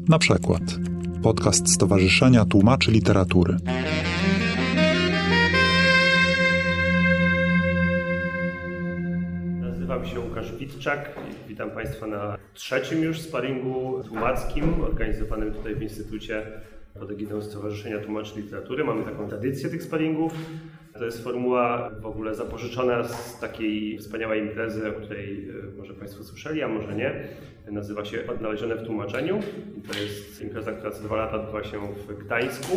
Na przykład podcast Stowarzyszenia Tłumaczy Literatury. Nazywam się Łukasz Witczak i witam Państwa na trzecim już sparingu tłumackim organizowanym tutaj w Instytucie pod egidą Stowarzyszenia Tłumaczy Literatury. Mamy taką tradycję tych sparingów. To jest formuła w ogóle zapożyczona z takiej wspaniałej imprezy, o której może Państwo słyszeli, a może nie. Nazywa się Odnalezione w tłumaczeniu. I to jest impreza, która co 2 lata odbywa się w Gdańsku.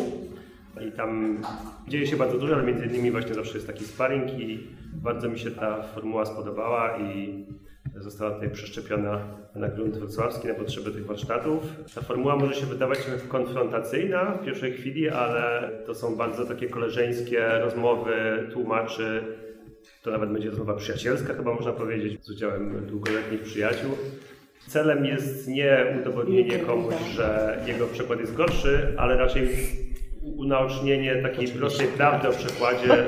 I tam dzieje się bardzo dużo, ale między innymi właśnie zawsze jest taki sparring i bardzo mi się ta formuła spodobała i została tutaj przeszczepiona na grunt wrocławski na potrzeby tych warsztatów. Ta formuła może się wydawać konfrontacyjna w pierwszej chwili, ale to są bardzo takie koleżeńskie rozmowy tłumaczy. To nawet będzie rozmowa przyjacielska, chyba można powiedzieć, z udziałem długoletnich przyjaciół. Celem jest nie udowodnienie komuś, że jego przekład jest gorszy, ale raczej unaocznienie takiej prostej prawdy o przekładzie,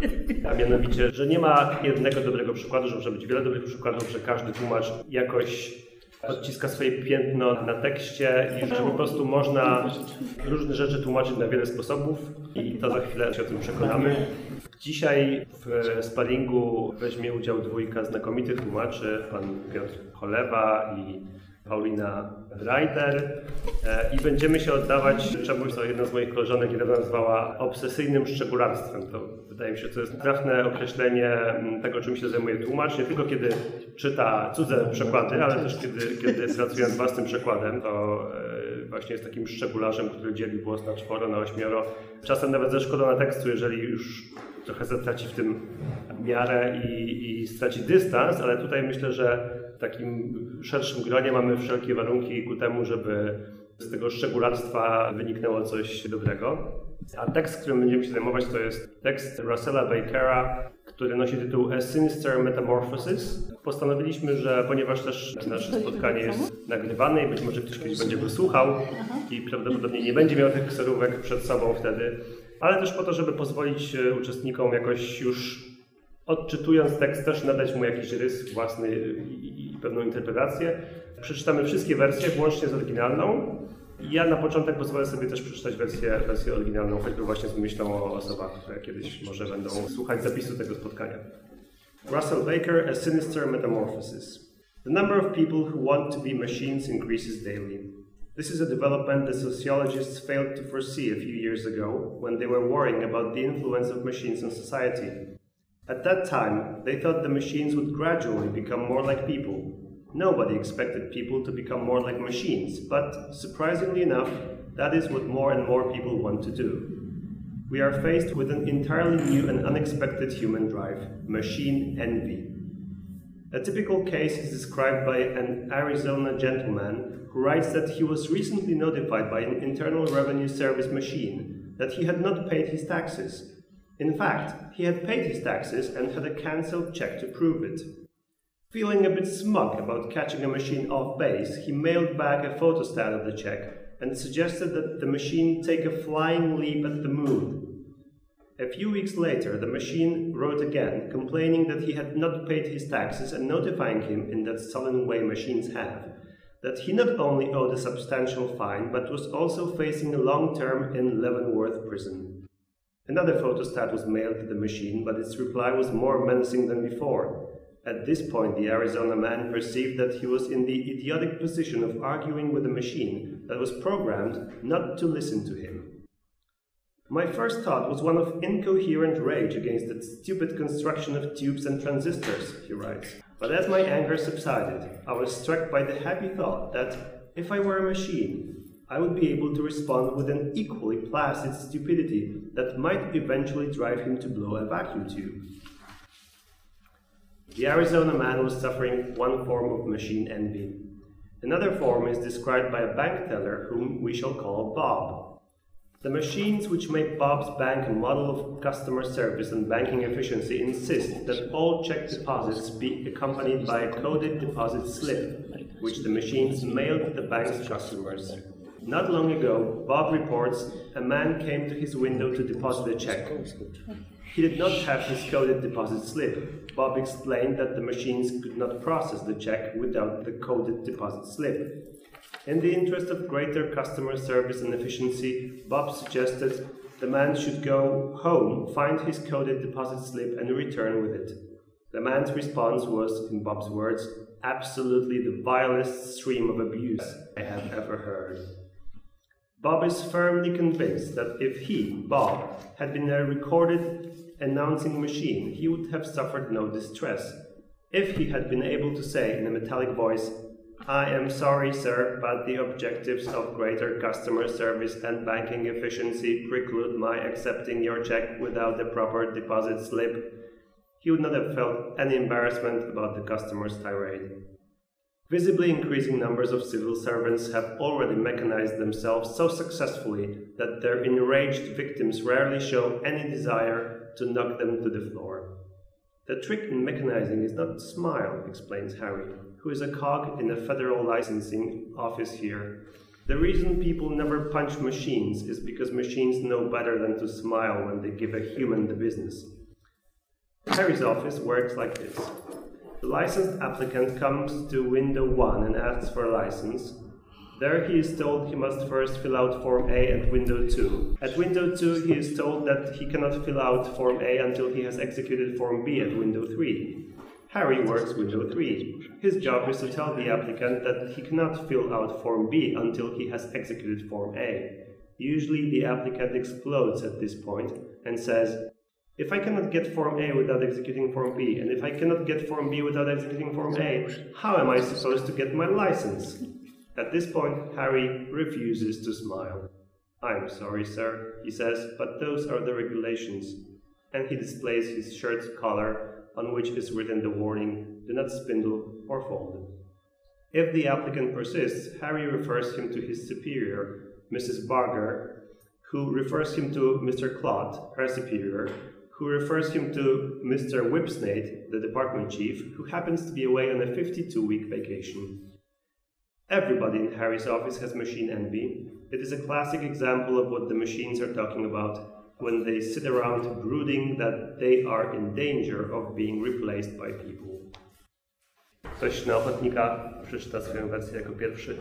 a mianowicie, że nie ma jednego dobrego przykładu, że może być wiele dobrych przykładów, że każdy tłumacz jakoś odciska swoje piętno na tekście i że po prostu można różne rzeczy tłumaczyć na wiele sposobów i to za chwilę się o tym przekonamy. Dzisiaj w sparingu weźmie udział 2 znakomitych tłumaczy, pan Piotr Cholewa i Paulina Reiter i będziemy się oddawać czemuś, co jedna z moich koleżanek niedawno nazwała obsesyjnym szczególarstwem. To wydaje mi się, to jest trafne określenie tego, czym się zajmuje tłumacz, nie tylko kiedy czyta cudze przekłady, ale też kiedy pracuje nad własnym przekładem, to właśnie jest takim szczególarzem, który dzieli głos na 4, na 8, czasem nawet ze szkodą na tekstu, jeżeli już trochę zatraci w tym miarę i straci dystans, ale tutaj myślę, że w takim szerszym gronie mamy wszelkie warunki ku temu, żeby z tego szczególarstwa wyniknęło coś dobrego. A tekst, którym będziemy się zajmować, to jest tekst Russella Bakera, który nosi tytuł A Sinister Metamorphosis. Postanowiliśmy, że ponieważ też nasze spotkanie jest nagrywane i być może ktoś kiedyś będzie go słuchał i prawdopodobnie nie będzie miał tych kserówek przed sobą wtedy, ale też po to, żeby pozwolić uczestnikom jakoś już odczytując tekst też nadać mu jakiś rys własny i pewną interpretację. Przeczytamy wszystkie wersje, włącznie z oryginalną. Ja na początek pozwolę sobie też przeczytać wersję oryginalną, choćby właśnie z myślą o osobach, które kiedyś może będą słuchać zapisu tego spotkania. Russell Baker, A Sinister Metamorphosis. The number of people who want to be machines increases daily. This is a development that sociologists failed to foresee a few years ago when they were worrying about the influence of machines on society. At that time, they thought the machines would gradually become more like people. Nobody expected people to become more like machines, but surprisingly enough, that is what more and more people want to do. We are faced with an entirely new and unexpected human drive, machine envy. A typical case is described by an Arizona gentleman who writes that he was recently notified by an Internal Revenue Service machine that he had not paid his taxes. In fact, he had paid his taxes and had a cancelled check to prove it. Feeling a bit smug about catching a machine off base, he mailed back a photostat of the check and suggested that the machine take a flying leap at the moon. A few weeks later, the machine wrote again, complaining that he had not paid his taxes and notifying him, in that sullen way machines have, that he not only owed a substantial fine, but was also facing a long term in Leavenworth prison. Another photostat was mailed to the machine, but its reply was more menacing than before. At this point, the Arizona man perceived that he was in the idiotic position of arguing with a machine that was programmed not to listen to him. My first thought was one of incoherent rage against that stupid construction of tubes and transistors, he writes. But as my anger subsided, I was struck by the happy thought that if I were a machine, I would be able to respond with an equally placid stupidity that might eventually drive him to blow a vacuum tube. The Arizona man was suffering one form of machine envy. Another form is described by a bank teller whom we shall call Bob. The machines which make Bob's bank a model of customer service and banking efficiency insist that all check deposits be accompanied by a coded deposit slip, which the machines mail to the bank's customers. Not long ago, Bob reports, a man came to his window to deposit a check. He did not have his coded deposit slip. Bob explained that the machines could not process the check without the coded deposit slip. In the interest of greater customer service and efficiency, Bob suggested the man should go home, find his coded deposit slip and return with it. The man's response was, in Bob's words, absolutely the vilest stream of abuse I have ever heard. Bob is firmly convinced that if he, Bob, had been a recorded announcing machine, he would have suffered no distress. If he had been able to say in a metallic voice, "I am sorry, sir, but the objectives of greater customer service and banking efficiency preclude my accepting your check without the proper deposit slip," he would not have felt any embarrassment about the customer's tirade. Visibly increasing numbers of civil servants have already mechanized themselves so successfully that their enraged victims rarely show any desire to knock them to the floor. The trick in mechanizing is not to smile, explains Harry, who is a cog in a federal licensing office here. The reason people never punch machines is because machines know better than to smile when they give a human the business. Harry's office works like this. The licensed applicant comes to window 1 and asks for a license. There he is told he must first fill out Form A at window 2. At window 2 he is told that he cannot fill out Form A until he has executed Form B at window 3. Harry works window 3. His job is to tell the applicant that he cannot fill out Form B until he has executed Form A. Usually the applicant explodes at this point and says, "If I cannot get Form A without executing Form B, and if I cannot get Form B without executing Form A, how am I supposed to get my license?" At this point, Harry refuses to smile. "I'm sorry, sir," he says, "but those are the regulations." And he displays his shirt's collar, on which is written the warning, "Do not spindle or fold." If the applicant persists, Harry refers him to his superior, Mrs. Barger, who refers him to Mr. Clott, her superior, who refers him to Mr. Whipsnade, the department chief, who happens to be away on a 52-week vacation. Everybody in Harry's office has machine envy. It is a classic example of what the machines are talking about when they sit around brooding that they are in danger of being replaced by people. Ktoś na ochotnika przeczyta swoją wersję jako pierwszy.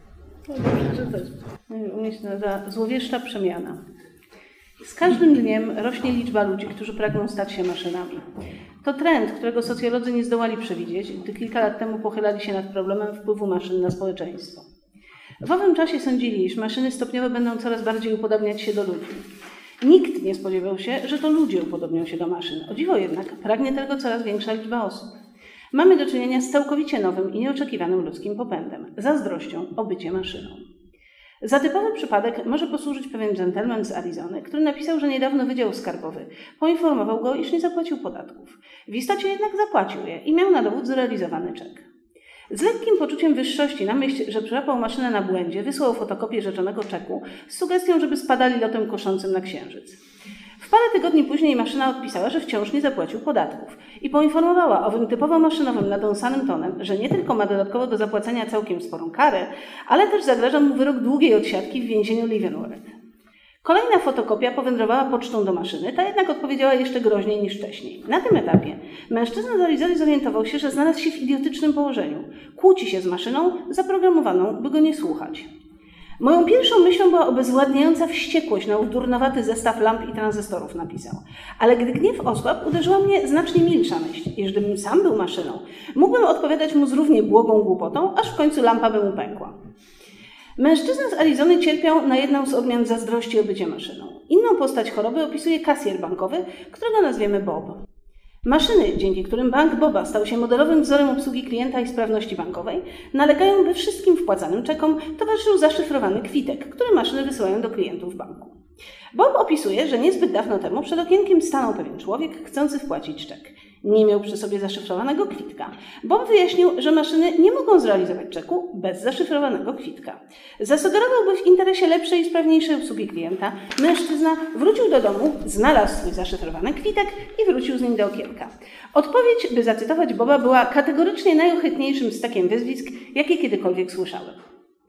Za złowieszcza przemiana. Z każdym dniem rośnie liczba ludzi, którzy pragną stać się maszynami. To trend, którego socjolodzy nie zdołali przewidzieć, gdy kilka lat temu pochylali się nad problemem wpływu maszyn na społeczeństwo. W owym czasie sądzili, iż maszyny stopniowo będą coraz bardziej upodabniać się do ludzi. Nikt nie spodziewał się, że to ludzie upodobnią się do maszyn. O dziwo jednak pragnie tego coraz większa liczba osób. Mamy do czynienia z całkowicie nowym i nieoczekiwanym ludzkim popędem, zazdrością o bycie maszyną. Za typowy przypadek może posłużyć pewien dżentelmen z Arizony, który napisał, że niedawno Wydział Skarbowy poinformował go, iż nie zapłacił podatków. W istocie jednak zapłacił je i miał na dowód zrealizowany czek. Z lekkim poczuciem wyższości na myśl, że przełapał maszynę na błędzie, wysłał fotokopię rzeczonego czeku z sugestią, żeby spadali lotem koszącym na Księżyc. W parę tygodni później maszyna odpisała, że wciąż nie zapłacił podatków i poinformowała owym typowo maszynowym, nadąsanym tonem, że nie tylko ma dodatkowo do zapłacenia całkiem sporą karę, ale też zagraża mu wyrok długiej odsiadki w więzieniu Leavenworth. Kolejna fotokopia powędrowała pocztą do maszyny, ta jednak odpowiedziała jeszcze groźniej niż wcześniej. Na tym etapie mężczyzna z Arizony zorientował się, że znalazł się w idiotycznym położeniu. Kłóci się z maszyną zaprogramowaną, by go nie słuchać. Moją pierwszą myślą była obezwładniająca wściekłość na ów durnowaty zestaw lamp i tranzystorów, napisał. Ale gdy gniew osłabł, uderzyła mnie znacznie milsza myśl, iż gdybym sam był maszyną, mógłbym odpowiadać mu z równie błogą głupotą, aż w końcu lampa by mu pękła. Mężczyzna z Arizony cierpiał na jedną z odmian zazdrości o bycie maszyną. Inną postać choroby opisuje kasjer bankowy, którego nazwiemy Bob. Maszyny, dzięki którym bank Boba stał się modelowym wzorem obsługi klienta i sprawności bankowej, nalegają, by wszystkim wpłacanym czekom towarzyszył zaszyfrowany kwitek, który maszyny wysyłają do klientów banku. Bob opisuje, że niezbyt dawno temu przed okienkiem stanął pewien człowiek chcący wpłacić czek. Nie miał przy sobie zaszyfrowanego kwitka. Bob wyjaśnił, że maszyny nie mogą zrealizować czeku bez zaszyfrowanego kwitka. Zasugerował, by w interesie lepszej i sprawniejszej obsługi klienta mężczyzna wrócił do domu, znalazł swój zaszyfrowany kwitek i wrócił z nim do okienka. Odpowiedź, by zacytować Boba, była kategorycznie najohydniejszym stakiem wyzwisk, jakie kiedykolwiek słyszałem.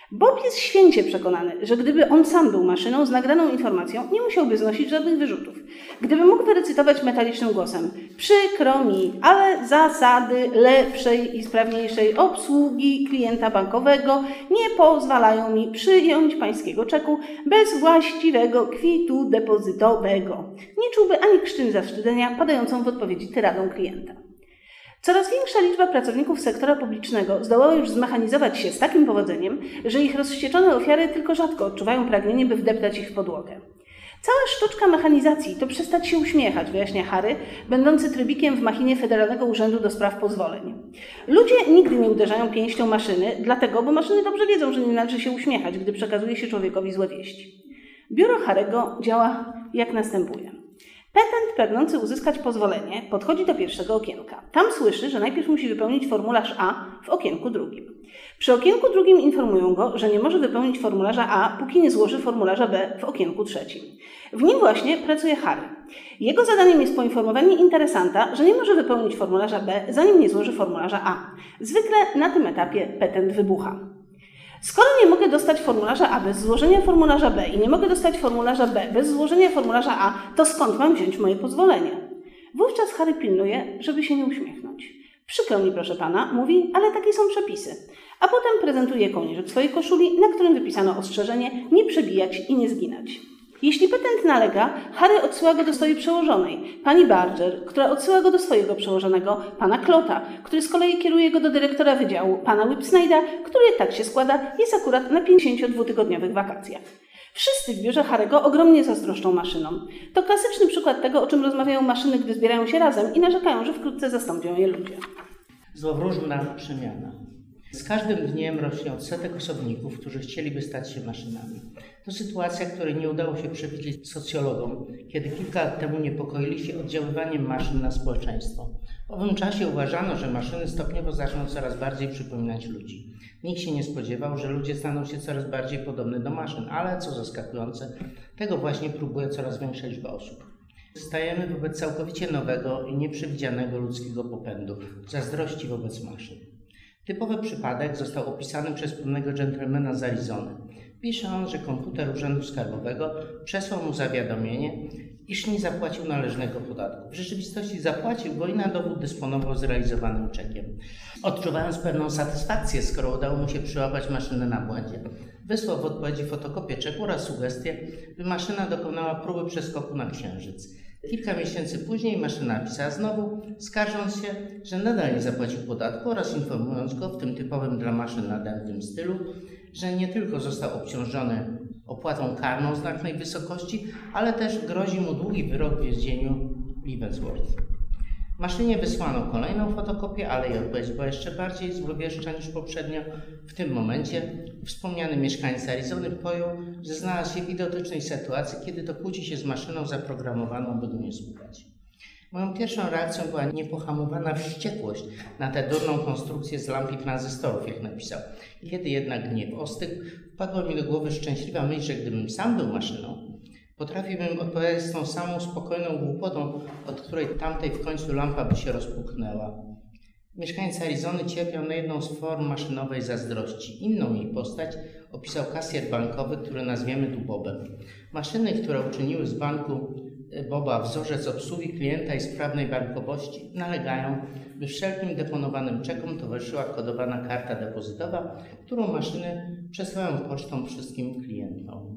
Bob jest święcie przekonany, że gdyby on sam był maszyną z nagraną informacją, nie musiałby znosić żadnych wyrzutów. Gdyby mógł wyrecytować metalicznym głosem: przykro mi, ale zasady lepszej i sprawniejszej obsługi klienta bankowego nie pozwalają mi przyjąć pańskiego czeku bez właściwego kwitu depozytowego. Nie czułby ani krztyny zawstydzenia padającą w odpowiedzi tyradą klienta. Coraz większa liczba pracowników sektora publicznego zdołała już zmechanizować się z takim powodzeniem, że ich rozwścieczone ofiary tylko rzadko odczuwają pragnienie, by wdeptać ich w podłogę. Cała sztuczka mechanizacji to przestać się uśmiechać, wyjaśnia Harry, będący trybikiem w machinie Federalnego Urzędu do Spraw Pozwoleń. Ludzie nigdy nie uderzają pięścią maszyny, dlatego, bo maszyny dobrze wiedzą, że nie należy się uśmiechać, gdy przekazuje się człowiekowi złe wieści. Biuro Harry'ego działa jak następuje. Petent pragnący uzyskać pozwolenie podchodzi do pierwszego okienka. Tam słyszy, że najpierw musi wypełnić formularz A w okienku drugim. Przy okienku drugim informują go, że nie może wypełnić formularza A, póki nie złoży formularza B w okienku trzecim. W nim właśnie pracuje Harry. Jego zadaniem jest poinformowanie interesanta, że nie może wypełnić formularza B, zanim nie złoży formularza A. Zwykle na tym etapie petent wybucha. Skoro nie mogę dostać formularza A bez złożenia formularza B i nie mogę dostać formularza B bez złożenia formularza A, to skąd mam wziąć moje pozwolenie? Wówczas Harry pilnuje, żeby się nie uśmiechnąć. Przykro mi, proszę pana, mówi, ale takie są przepisy. A potem prezentuje kołnierzyk swojej koszuli, na którym wypisano ostrzeżenie: nie przebijać i nie zginać. Jeśli petent nalega, Harry odsyła go do swojej przełożonej, pani Barger, która odsyła go do swojego przełożonego, pana Klota, który z kolei kieruje go do dyrektora wydziału, pana Whipsnade'a, który, tak się składa, jest akurat na 52-tygodniowych wakacjach. Wszyscy w biurze Harry'ego ogromnie zazdroszczą maszynom. To klasyczny przykład tego, o czym rozmawiają maszyny, gdy zbierają się razem i narzekają, że wkrótce zastąpią je ludzie. Złowróżna przemiana. Z każdym dniem rośnie odsetek osobników, którzy chcieliby stać się maszynami. To sytuacja, której nie udało się przewidzieć socjologom, kiedy kilka lat temu niepokoili się oddziaływaniem maszyn na społeczeństwo. W owym czasie uważano, że maszyny stopniowo zaczną coraz bardziej przypominać ludzi. Nikt się nie spodziewał, że ludzie staną się coraz bardziej podobni do maszyn, ale co zaskakujące, tego właśnie próbuje coraz większa liczba osób. Stajemy wobec całkowicie nowego i nieprzewidzianego ludzkiego popędu, zazdrości wobec maszyn. Typowy przypadek został opisany przez pewnego dżentelmena z Arizony. Pisze on, że komputer Urzędu Skarbowego przesłał mu zawiadomienie, iż nie zapłacił należnego podatku. W rzeczywistości zapłacił go i na dowód dysponował zrealizowanym czekiem. Odczuwając pewną satysfakcję, skoro udało mu się przyłapać maszynę na błędzie, wysłał w odpowiedzi fotokopię czeku oraz sugestię, by maszyna dokonała próby przeskoku na Księżyc. Kilka miesięcy później maszyna pisała znowu, skarżąc się, że nadal nie zapłacił podatku oraz informując go w tym typowym dla maszyn nadętym stylu, że nie tylko został obciążony opłatą karną znacznej wysokości, ale też grozi mu długi wyrok w więzieniu Leavenworth. Maszynie wysłano kolejną fotokopię, ale jej odpowiedź była jeszcze bardziej złowieszcza niż poprzednio. W tym momencie wspomniany mieszkaniec Arizony pojął, że znalazł się w idiotycznej sytuacji, kiedy to kłóci się z maszyną zaprogramowaną, by go nie słuchać. Moją pierwszą reakcją była niepohamowana wściekłość na tę durną konstrukcję z lamp i tranzystorów, jak napisał. Kiedy jednak gniew ostygł, wpadła mi do głowy szczęśliwa myśl, że gdybym sam był maszyną, potrafiłbym odpowiadać z tą samą spokojną głupotą, od której tamtej w końcu lampa by się rozpuknęła. Mieszkańcy Arizony cierpiał na jedną z form maszynowej zazdrości. Inną jej postać opisał kasjer bankowy, który nazwiemy tu Bobem. Maszyny, które uczyniły z banku Boba wzorzec obsługi klienta i sprawnej bankowości, nalegają, by wszelkim deponowanym czekom towarzyszyła kodowana karta depozytowa, którą maszyny przesyłają pocztą wszystkim klientom.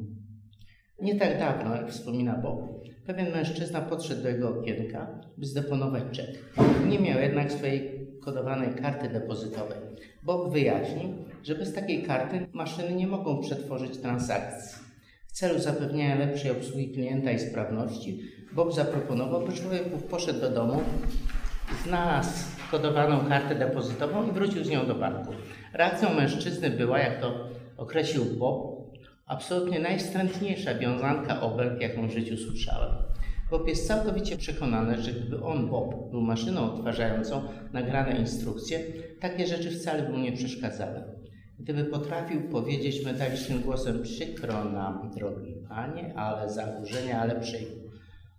Nie tak dawno, jak wspomina Bob, pewien mężczyzna podszedł do jego okienka, by zdeponować czek. Nie miał jednak swojej kodowanej karty depozytowej. Bob wyjaśnił, że bez takiej karty maszyny nie mogą przetworzyć transakcji. W celu zapewnienia lepszej obsługi klienta i sprawności, Bob zaproponował, by człowiek poszedł do domu, znalazł kodowaną kartę depozytową i wrócił z nią do banku. Reakcją mężczyzny była, jak to określił Bob, absolutnie najwstrętniejsza wiązanka obelg, jaką w życiu słyszałem. Bob jest całkowicie przekonany, że gdyby on, Bob, był maszyną odtwarzającą nagrane instrukcje, takie rzeczy wcale by mu nie przeszkadzały. Gdyby potrafił powiedzieć metalicznym głosem: przykro nam, drogi panie, ale zaburzenia lepszej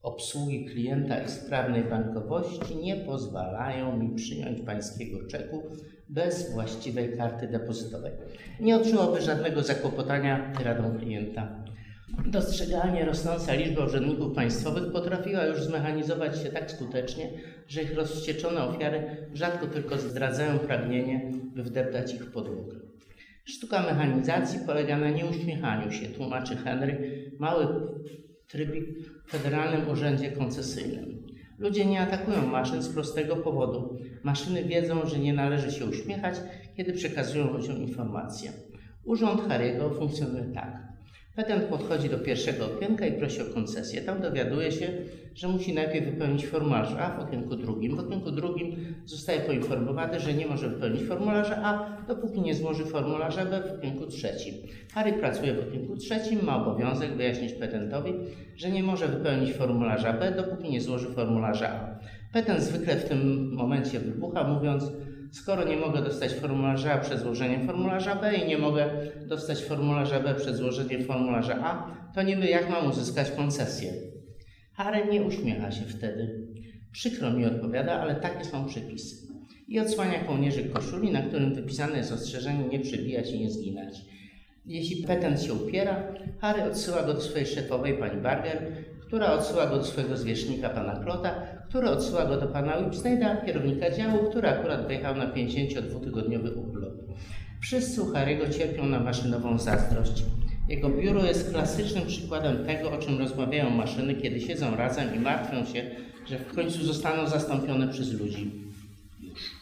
obsługi klienta i sprawnej bankowości nie pozwalają mi przyjąć pańskiego czeku bez właściwej karty depozytowej. Nie odczułoby żadnego zakłopotania tyradą klienta. Dostrzegalnie rosnąca liczba urzędników państwowych potrafiła już zmechanizować się tak skutecznie, że ich rozwścieczone ofiary rzadko tylko zdradzają pragnienie, by wdeptać ich w podłogę. Sztuka mechanizacji polega na nieuśmiechaniu się, tłumaczy Henry, mały trybik w Federalnym Urzędzie Koncesyjnym. Ludzie nie atakują maszyn z prostego powodu. Maszyny wiedzą, że nie należy się uśmiechać, kiedy przekazują ludziom informacje. Urząd Harry'ego funkcjonuje tak. Petent podchodzi do pierwszego okienka i prosi o koncesję. Tam dowiaduje się, że musi najpierw wypełnić formularz A w okienku drugim. W okienku drugim zostaje poinformowany, że nie może wypełnić formularza A, dopóki nie złoży formularza B w okienku trzecim. Harry pracuje w okienku trzecim, ma obowiązek wyjaśnić petentowi, że nie może wypełnić formularza B, dopóki nie złoży formularza A. Petent zwykle w tym momencie wybucha, mówiąc: skoro nie mogę dostać formularza A przed złożeniem formularza B i nie mogę dostać formularza B przed złożeniem formularza A, to niby jak mam uzyskać koncesję? Harry nie uśmiecha się wtedy. Przykro mi, odpowiada, ale takie są przepisy. I odsłania kołnierzyk koszuli, na którym wypisane jest ostrzeżenie: nie przebijać i nie zginać. Jeśli petent się upiera, Harry odsyła go do swojej szefowej, pani Barger, która odsyła go do swojego zwierzchnika, pana Klota, który odsyła go do pana Whipsnade'a, kierownika działu, który akurat wyjechał na 52-tygodniowy urlop. Wszyscy u Harry'ego cierpią na maszynową zazdrość. Jego biuro jest klasycznym przykładem tego, o czym rozmawiają maszyny, kiedy siedzą razem i martwią się, że w końcu zostaną zastąpione przez ludzi. Już.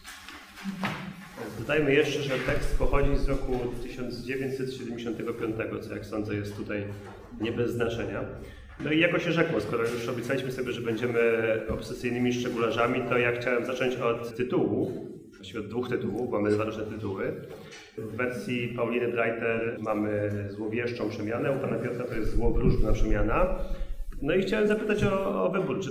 Dodajmy jeszcze, że tekst pochodzi z roku 1975, co jak sądzę jest tutaj nie bez znaczenia. No i jako się rzekło, skoro już obiecaliśmy sobie, że będziemy obsesyjnymi szczególarzami, to ja chciałem zacząć od tytułu, właściwie od dwóch tytułów, mamy dwa różne tytuły. W wersji Pauliny Breiter mamy złowieszczą przemianę, u pana Piotra to jest złowróżna przemiana. No i chciałem zapytać o wybór,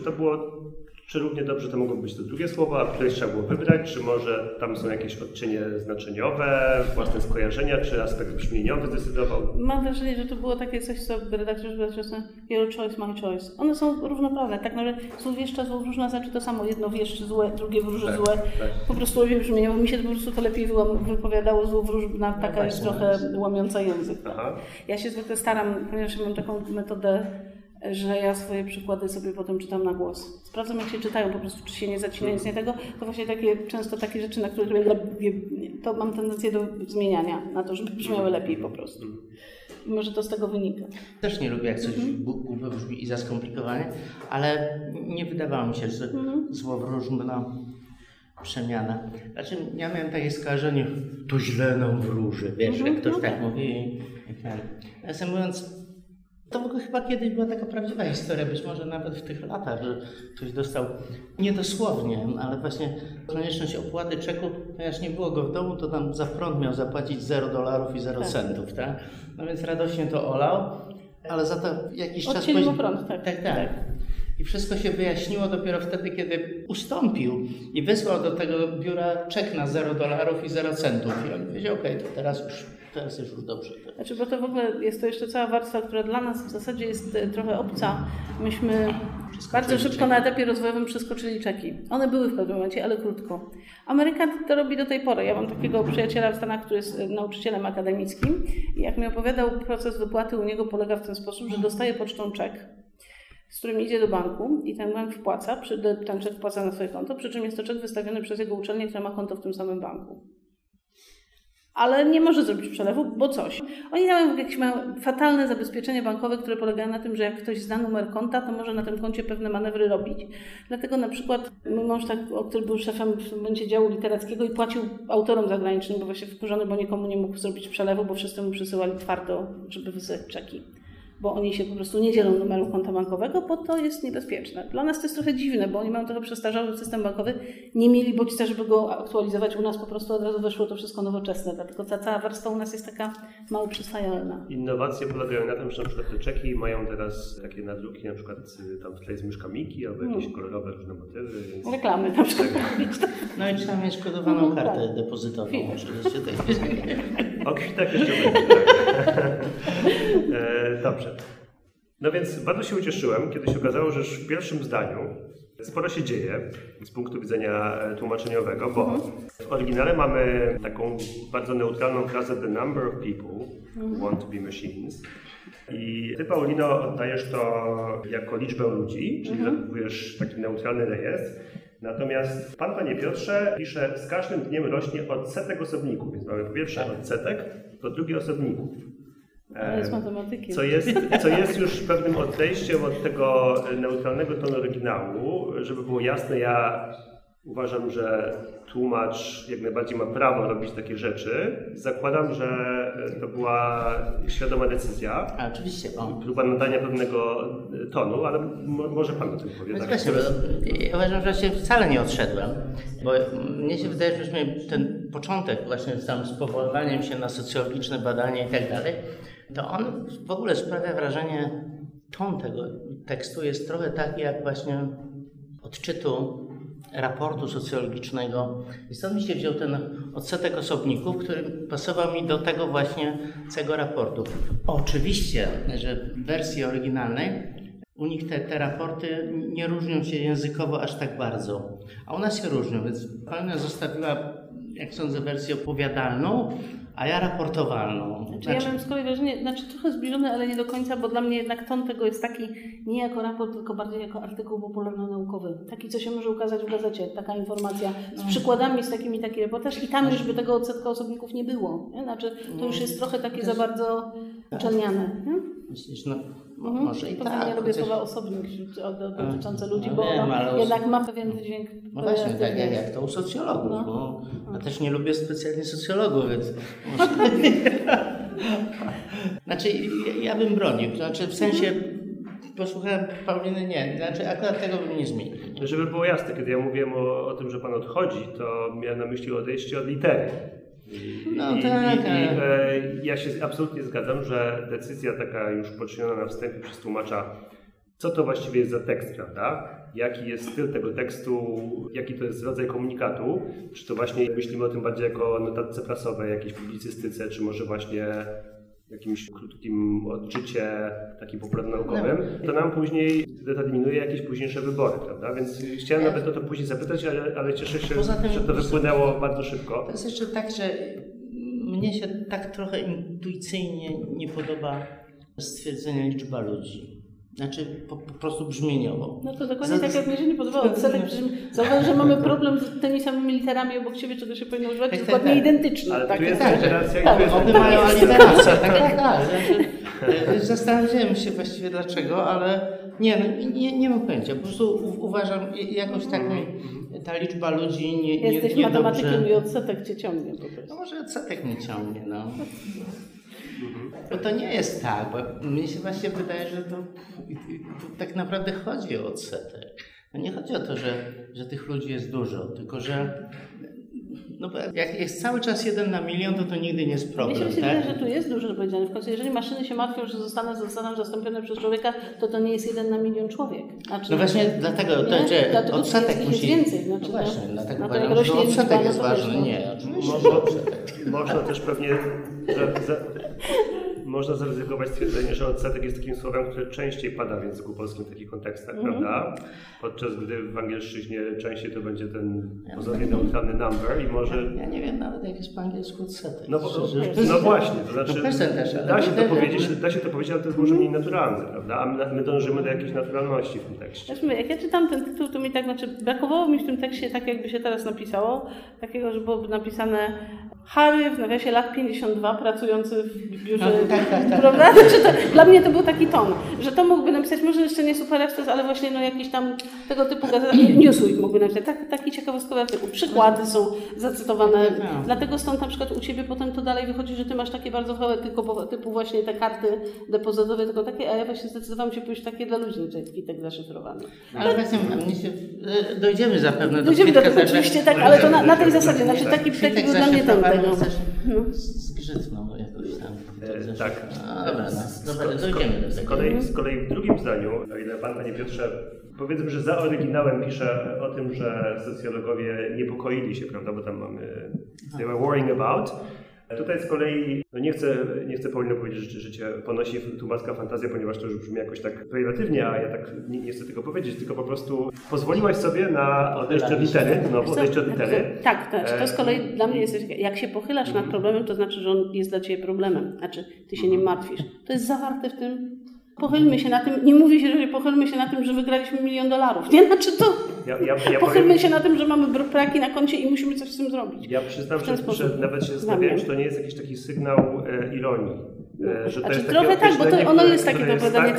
czy równie dobrze to mogło być to drugie słowo, a któreś trzeba było wybrać, czy może tam są jakieś odczyny znaczeniowe, własne skojarzenia, czy aspekt brzmieniowy zdecydował? Mam wrażenie, że to było takie coś, co redaktorzy czasem your choice, my choice. One są równoprawne. Tak naprawdę złowieszcza, złowróżna znaczy to samo. Jedno wieszczy złe, drugie wróży złe. Tak. Po prostu obie brzmieniowo. Mi się to po prostu to lepiej wypowiadało. Złowróżna taka jest trochę łamiąca język. Aha. Ja się zwykle staram, ponieważ mam taką metodę, że ja swoje przykłady sobie potem czytam na głos. Sprawdzam, jak się czytają, po prostu czy się nie zacina, nic nie tego. To właśnie często takie rzeczy, na które to mam tendencję do zmieniania, na to, żeby brzmiały lepiej po prostu. I może to z tego wynika. Też nie lubię, jak coś głupio brzmi i za skomplikowanie, ale nie wydawało mi się, że złowróżna przemiana. Znaczy, ja miałem takie skojarzenie, to źle nam wróży, wiesz, jak ktoś tak mówi. Nawiasem mówiąc, to w ogóle chyba kiedyś była taka prawdziwa historia, być może nawet w tych latach, że ktoś dostał niedosłownie, ale właśnie konieczność opłaty czeku, ponieważ nie było go w domu, to tam za prąd miał zapłacić $0 i 0 centów, tak? No więc radośnie to olał, ale za to jakiś czas później... prąd, tak. I wszystko się wyjaśniło dopiero wtedy, kiedy ustąpił i wysłał do tego biura czek na $0 i 0 centów. I on powiedział: okej, to teraz jest już dobrze. Znaczy, bo to w ogóle jest to jeszcze cała warstwa, która dla nas w zasadzie jest trochę obca. Myśmy bardzo szybko na etapie rozwojowym przeskoczyli czeki. One były w pewnym momencie, ale krótko. Ameryka to robi do tej pory. Ja mam takiego przyjaciela w Stanach, który jest nauczycielem akademickim i jak mi opowiadał, proces wypłaty u niego polega w ten sposób, że dostaje pocztą czek, z którym idzie do banku i ten bank wpłaca, ten czek wpłaca na swoje konto, przy czym jest to czek wystawiony przez jego uczelnię, która ma konto w tym samym banku. Ale nie może zrobić przelewu, bo coś. Oni tam jakieś mają fatalne zabezpieczenie bankowe, które polegają na tym, że jak ktoś zna numer konta, to może na tym koncie pewne manewry robić. Dlatego na przykład mój mąż, który był szefem w tym momencie działu literackiego i płacił autorom zagranicznym, bo właśnie wkurzony, bo nikomu nie mógł zrobić przelewu, bo wszyscy mu przysyłali twardo, żeby wysyłać czeki. Bo oni się po prostu nie dzielą numeru konta bankowego, bo to jest niebezpieczne. Dla nas to jest trochę dziwne, bo oni mają trochę przestarzały system bankowy, nie mieli bodźca, żeby go aktualizować. U nas po prostu od razu weszło to wszystko nowoczesne, dlatego ta cała warstwa u nas jest taka mało przyswajalna. Innowacje polegają na tym, że na przykład te czeki mają teraz takie nadruki, na przykład tam w tle jest myszka Miki albo jakieś kolorowe różne motywy. Więc... Reklamy na przykład. No i trzeba mieć kodowaną kartę depozytową. Oczywiście O kwitach jeszcze będzie. Dobrze. No więc bardzo się ucieszyłem, kiedy się okazało, że już w pierwszym zdaniu sporo się dzieje z punktu widzenia tłumaczeniowego, bo w oryginale mamy taką bardzo neutralną frazę "the number of people who want to be machines". I ty, Paulino, oddajesz to jako liczbę ludzi, czyli zachowujesz taki neutralny rejestr. Natomiast pan, panie Piotrze, pisze: z każdym dniem rośnie odsetek osobników, więc mamy po pierwsze odsetek, po drugie osobników. Z matematyki. Co jest już pewnym odejściem od tego neutralnego tonu oryginału. Żeby było jasne, ja uważam, że tłumacz jak najbardziej ma prawo robić takie rzeczy. Zakładam, że to była świadoma decyzja. Oczywiście. Próba nadania pewnego tonu, ale może pan o tym powie. Tak? Właśnie, ja uważam, że się wcale nie odszedłem, bo mnie się wydaje, że ten początek właśnie tam z powoływaniem się na socjologiczne badania i tak dalej, to on w ogóle sprawia wrażenie, ton tego tekstu jest trochę taki jak właśnie odczytu raportu socjologicznego. I stąd mi się wziął ten odsetek osobników, który pasował mi do tego właśnie całego raportu. Oczywiście, że w wersji oryginalnej u nich te raporty nie różnią się językowo aż tak bardzo, a u nas się różnią, więc Paulina zostawiła, jak sądzę, wersję opowiadalną, a ja raportowalną. Ja mam z kolei wrażenie, trochę zbliżone, ale nie do końca, bo dla mnie jednak ton tego jest taki nie jako raport, tylko bardziej jako artykuł popularno-naukowy. Taki, co się może ukazać w gazecie, taka informacja z przykładami, z taki reportaż i tam już by tego odsetka osobników nie było. Nie? To już jest trochę takie za bardzo uczelniane. Myślisz, może i tak. Ja lubię słowa osobnik dotyczące ludzi, bo jednak ma pewien wydźwięk. No właśnie, tak jak to u socjologów. Ja też nie lubię specjalnie socjologów, więc ja bym bronił. W sensie posłuchałem Pauliny, akurat tego bym nie zmienił. Żeby było jasne, kiedy ja mówiłem o tym, że pan odchodzi, to miałem na myśli odejście od litery. Ja się absolutnie zgadzam, że decyzja taka już poczyniona na wstępie przez tłumacza, co to właściwie jest za tekst, prawda? Jaki jest styl tego tekstu, jaki to jest rodzaj komunikatu, czy to właśnie myślimy o tym bardziej jako notatce prasowej, jakiejś publicystyce, czy może właśnie jakimś krótkim odczycie takim popularno-naukowym, to nam później determinuje jakieś późniejsze wybory, prawda? Więc chciałem nawet o to później zapytać, ale cieszę się, że to wypłynęło bardzo szybko. To jest jeszcze tak, że mnie się tak trochę intuicyjnie nie podoba stwierdzenie liczba ludzi. Po prostu brzmieniowo. To dokładnie tak jak mnie się nie podoba odsetek. Zauważ, że mamy problem z tymi samymi literami obok siebie, czego się powinno używać, jest dokładnie identyczne. Ale tu jest literacja i tu jest one mają aliterację. Zastanawiałem się właściwie dlaczego, ale nie mam pojęcia. Po prostu uważam, jakoś tak ta liczba ludzi nie jesteś matematykiem i odsetek cię ciągnie po prostu. Może odsetek mnie ciągnie, Bo to nie jest tak, bo mnie się właśnie wydaje, że to tak naprawdę chodzi o odsetek. Nie chodzi o to, że tych ludzi jest dużo, tylko że jak jest cały czas 1 na milion, to nigdy nie jest problem. Mnie się wydaje, że tu jest dużo powiedziane. W końcu, jeżeli maszyny się martwią, że zostaną zastąpione przez człowieka, to nie jest 1 na milion człowiek. Właśnie dlatego odsetek musi... więcej. Dlatego uważam, że odsetek jest ważny. Nie, oczywiście. Można też pewnie... Można zaryzykować stwierdzenie, że odsetek jest takim słowem, które częściej pada w języku polskim w takich kontekstach, prawda? Podczas gdy w angielszczyźnie częściej to będzie ten pozornie neutralny number i może... Ja nie wiem nawet jak jest po angielsku odsetek. No właśnie, to znaczy da się to powiedzieć, ale to jest może mniej naturalne, prawda? A my dążymy do jakiejś naturalności w tym tekście. Jak ja czytam ten tytuł, to mi brakowało mi w tym tekście, tak jakby się teraz napisało, takiego, że byłoby napisane Harry w nawiasie lat 52 pracujący w biurze. Prawda? Dla mnie to był taki ton, że to mógłby napisać, może jeszcze nie Super Express, ale właśnie jakiś tam tego typu gazeta, Newsweek mógłby napisać, taki ciekawostkowy artykuł. Przykłady są zacytowane, dlatego stąd na przykład u Ciebie potem to dalej wychodzi, że Ty masz takie bardzo chwałe typu właśnie te karty depozytowe, tylko takie, a ja właśnie zdecydowałam się pójść takie dla ludzi, czyli kwitek zaszyfrowany. Ale właśnie dojdziemy zapewne do kwitka. Oczywiście tak, ale to na tej zasadzie, taki był dla mnie ten tego. Zgrzytną jakoś tam. Tak. Dojdziemy do tego. Z kolei w drugim zdaniu, o ile pan, panie Piotrze, powiedzmy, że za oryginałem pisze o tym, że socjologowie niepokoili się, prawda, bo tam mamy they were worrying about. Tutaj z kolei, nie chcę Paulina powiedzieć, że życie ponosi tłumacka fantazja, ponieważ to już brzmi jakoś tak pejoratywnie, a ja tak nie chcę tego powiedzieć, tylko po prostu pozwoliłaś sobie na odejście od litery, odejście od litery. Tak, to z kolei dla mnie jest, jak się pochylasz nad problemem, to znaczy, że on jest dla Ciebie problemem, znaczy Ty się nie martwisz. To jest zawarte w tym. Pochylmy się na tym, nie mówi się, że pochylmy się na tym, że wygraliśmy $1 milion. Nie, znaczy to pochylmy się na tym, że mamy braki na koncie i musimy coś z tym zrobić. Ja przyznam, że nawet się zastanawiałem, czy to nie jest jakiś taki sygnał ironii. Że to jest trochę tak, bo to ono jest takie opowiadanie,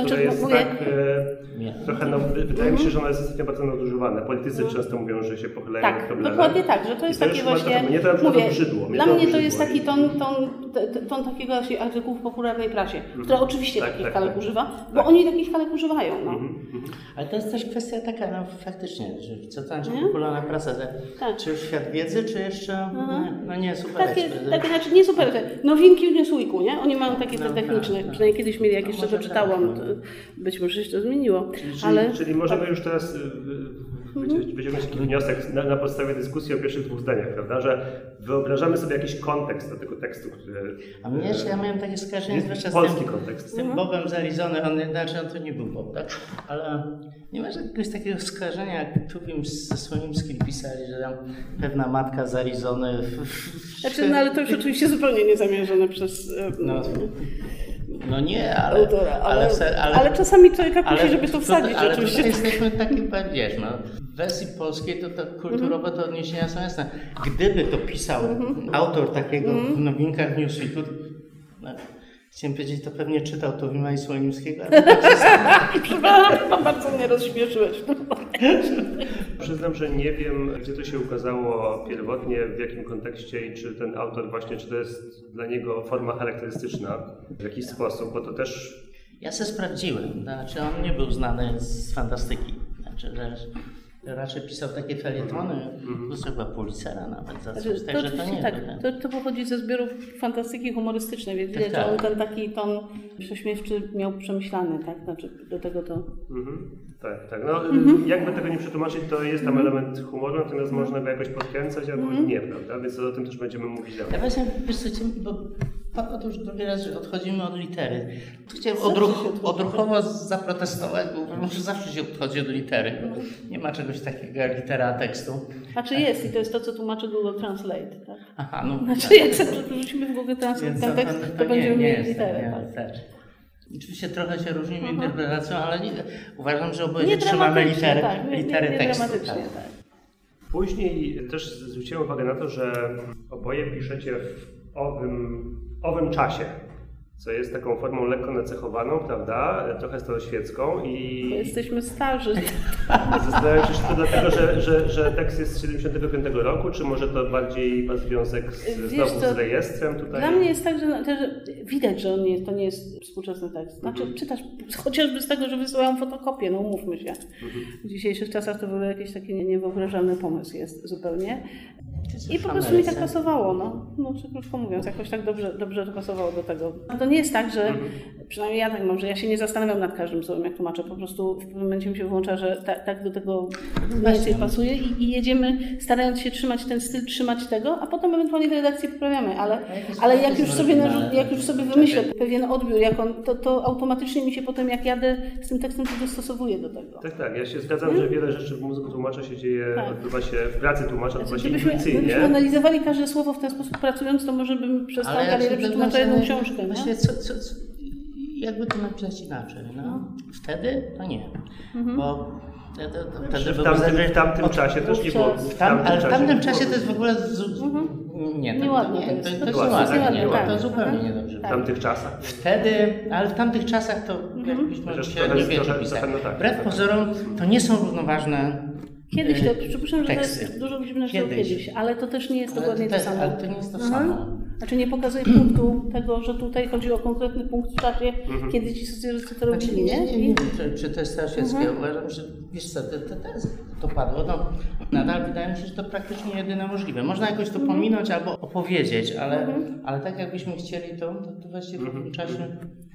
wydaje mi się, że ono jest ostatnio bardzo nadużywane. Politycy często mówią, że się pochylają nad problemem. Tak, dokładnie tak, że to jest takie właśnie, dla mnie to jest taki ton takiego artykułu w popularnej prasie, która oczywiście takich kalek używa, bo oni takich kalek używają. Ale to jest też kwestia taka, faktycznie, że co to znaczy popularna prasa, czy świat wiedzy, czy jeszcze, nie, super. Znaczy nie super, nowinki w Newsweeku, nie? Oni mają takie techniczne, przynajmniej kiedyś mieli, jak jeszcze to czytałam, być może się to zmieniło. Czyli możemy już teraz wyciągnąć taki wniosek na podstawie dyskusji o pierwszych 2 zdaniach, prawda, że wyobrażamy sobie jakiś kontekst do tego tekstu, który... A mnie ja miałem takie skojarzenie, zwłaszcza polski kontekst. Z tym Bobem z Arizony, on to nie był Bob, tak? Ale nie masz jakiegoś takiego skojarzenia, jak Tuwim ze Słonimskim pisali, że tam pewna matka z Arizony... ale to już oczywiście zupełnie niezamierzone przez... No nie, ale czasami człowieka kusi, żeby to wsadzić. Ale tutaj jesteśmy takim, wiesz, w wersji polskiej to kulturowe te odniesienia są jasne. Gdyby to pisał autor takiego w nowinkach w Newsweeku, chciałem powiedzieć, to pewnie czytał Tuwima i Słonimskiego. Bardzo mnie rozśmieszyłeś. Przyznam, że nie wiem, gdzie to się ukazało pierwotnie, w jakim kontekście i czy ten autor właśnie, czy to jest dla niego forma charakterystyczna w jakiś sposób, bo to też... Ja se sprawdziłem, znaczy on nie był znany z fantastyki, znaczy, że raczej pisał takie felietony, chyba Pulitzera nawet za coś, także to nie. Tak, to pochodzi ze zbiorów fantastyki humorystycznej, więc widać, że on ten taki ton prześmiewczy miał przemyślany, tak? Znaczy do tego to... Tak. Jakby tego nie przetłumaczyć, to jest tam element humoru, natomiast można go jakoś podkręcać albo nie, prawda? Więc o tym też będziemy mówić dalej. Ja właśnie, wiesz co, bo to już drugi raz, że odchodzimy od litery. Tu chciałem odruchowo zaprotestować, bo może zawsze się odchodzi od litery. Nie ma czegoś takiego jak litera tekstu. Znaczy jest i to jest to, co tłumaczy Google Translate, tak? Aha, no. Znaczy jak sobie wrzucimy w Google Translate ten tekst, to będziemy mieli literę. Tak. Oczywiście trochę się różnimy interpretacją, ale uważam, że oboje trzymamy litery tekstu. Tak. Później też zwróciłem uwagę na to, że oboje piszecie w owym czasie, co jest taką formą lekko nacechowaną, prawda, trochę staroświecką i... Jesteśmy starzy. Zastanawiam się, czy to dlatego, że tekst jest z 75 roku, czy może to bardziej ma związek z rejestrem tutaj? Dla mnie jest tak, że widać, że to nie jest współczesny tekst. Znaczy czytasz chociażby z tego, że wysyłają fotokopię, no umówmy się. W dzisiejszych czasach to w ogóle jakiś taki niewyobrażalny pomysł jest zupełnie. I po prostu mi tak pasowało, no krótko mówiąc, jakoś tak dobrze to pasowało do tego. To nie jest tak, że przynajmniej ja tak mam, że ja się nie zastanawiam nad każdym słowem, jak tłumaczę, po prostu w pewnym momencie mi się wyłącza, że tak do tego więcej pasuje i jedziemy starając się trzymać tego, a potem ewentualnie w redakcji poprawiamy, ale jak już sobie wymyślę pewien odbiór, to automatycznie mi się potem, jak jadę z tym tekstem, to dostosowuję do tego. Tak, ja się zgadzam, że wiele rzeczy w mózgu tłumacza się dzieje, odbywa się w pracy tłumacza, odbywa się intuicyjnie. Gdybyśmy analizowali każde słowo w ten sposób pracując, to może bym przestał karierę przetłumacza jedną książkę. Właśnie, jakby to napisać inaczej? No? Wtedy to nie. Bo w tamtym czasie też nie było. Ale w tamtym czasie to jest w ogóle... To zupełnie niedobrze. W tamtych czasach. Ale w tamtych czasach to jakbyśmy średnio wiecznie pisali. Wbrew pozorom to nie są równoważne kiedyś to, przypuszczam, że to jest dużo dziwnego kiedyś, ale to też nie jest dokładnie to samo. Ale to nie jest to samo. Znaczy nie pokazuje punktu tego, że tutaj chodzi o konkretny punkt w czasie, kiedy ci socjaliści to robili, nie? Nie wiem, czy to jest staroświeckie. Uważam, że wiesz co, to padło. No, nadal wydaje mi się, że to praktycznie jedyne możliwe. Można jakoś to pominąć albo opowiedzieć, ale tak jakbyśmy chcieli, to właściwie w tym czasie,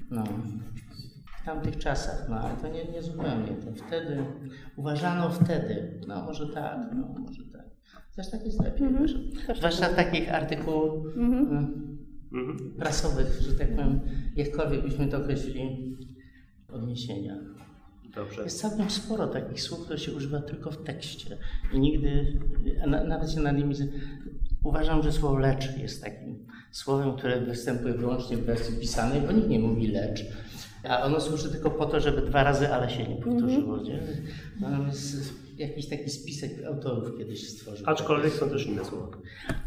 w tamtych czasach, ale to nie zupełnie. To wtedy, uważano wtedy, może tak. Też tak jest lepiej. Zwłaszcza takich artykułów prasowych, że tak powiem, jakkolwiek byśmy to określili, odniesienia. Dobrze. Jest całkiem sporo takich słów, które się używa tylko w tekście i nigdy, nawet się nad nimi... Uważam, że słowo lecz jest takim słowem, które występuje wyłącznie w wersji pisanej, bo nikt nie mówi lecz, a ono służy tylko po to, żeby 2 razy ale się nie powtórzyło. Nie? No, jest jakiś taki spisek autorów kiedyś stworzył. Aczkolwiek są też inne słowa.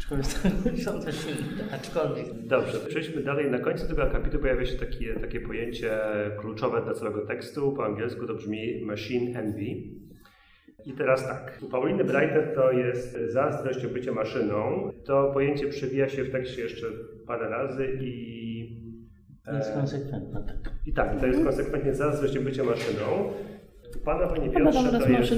Dobrze, przejdźmy dalej. Na końcu tego akapitu pojawia się takie pojęcie kluczowe dla całego tekstu. Po angielsku to brzmi machine envy. I teraz tak, u Pauliny Breiter to jest zazdrość o bycie maszyną. To pojęcie przewija się w tekście jeszcze parę razy i... Jest konsekwentne. I tak, to jest konsekwentnie zazdrość o bycie maszyną. Pana, Panie Piotrze,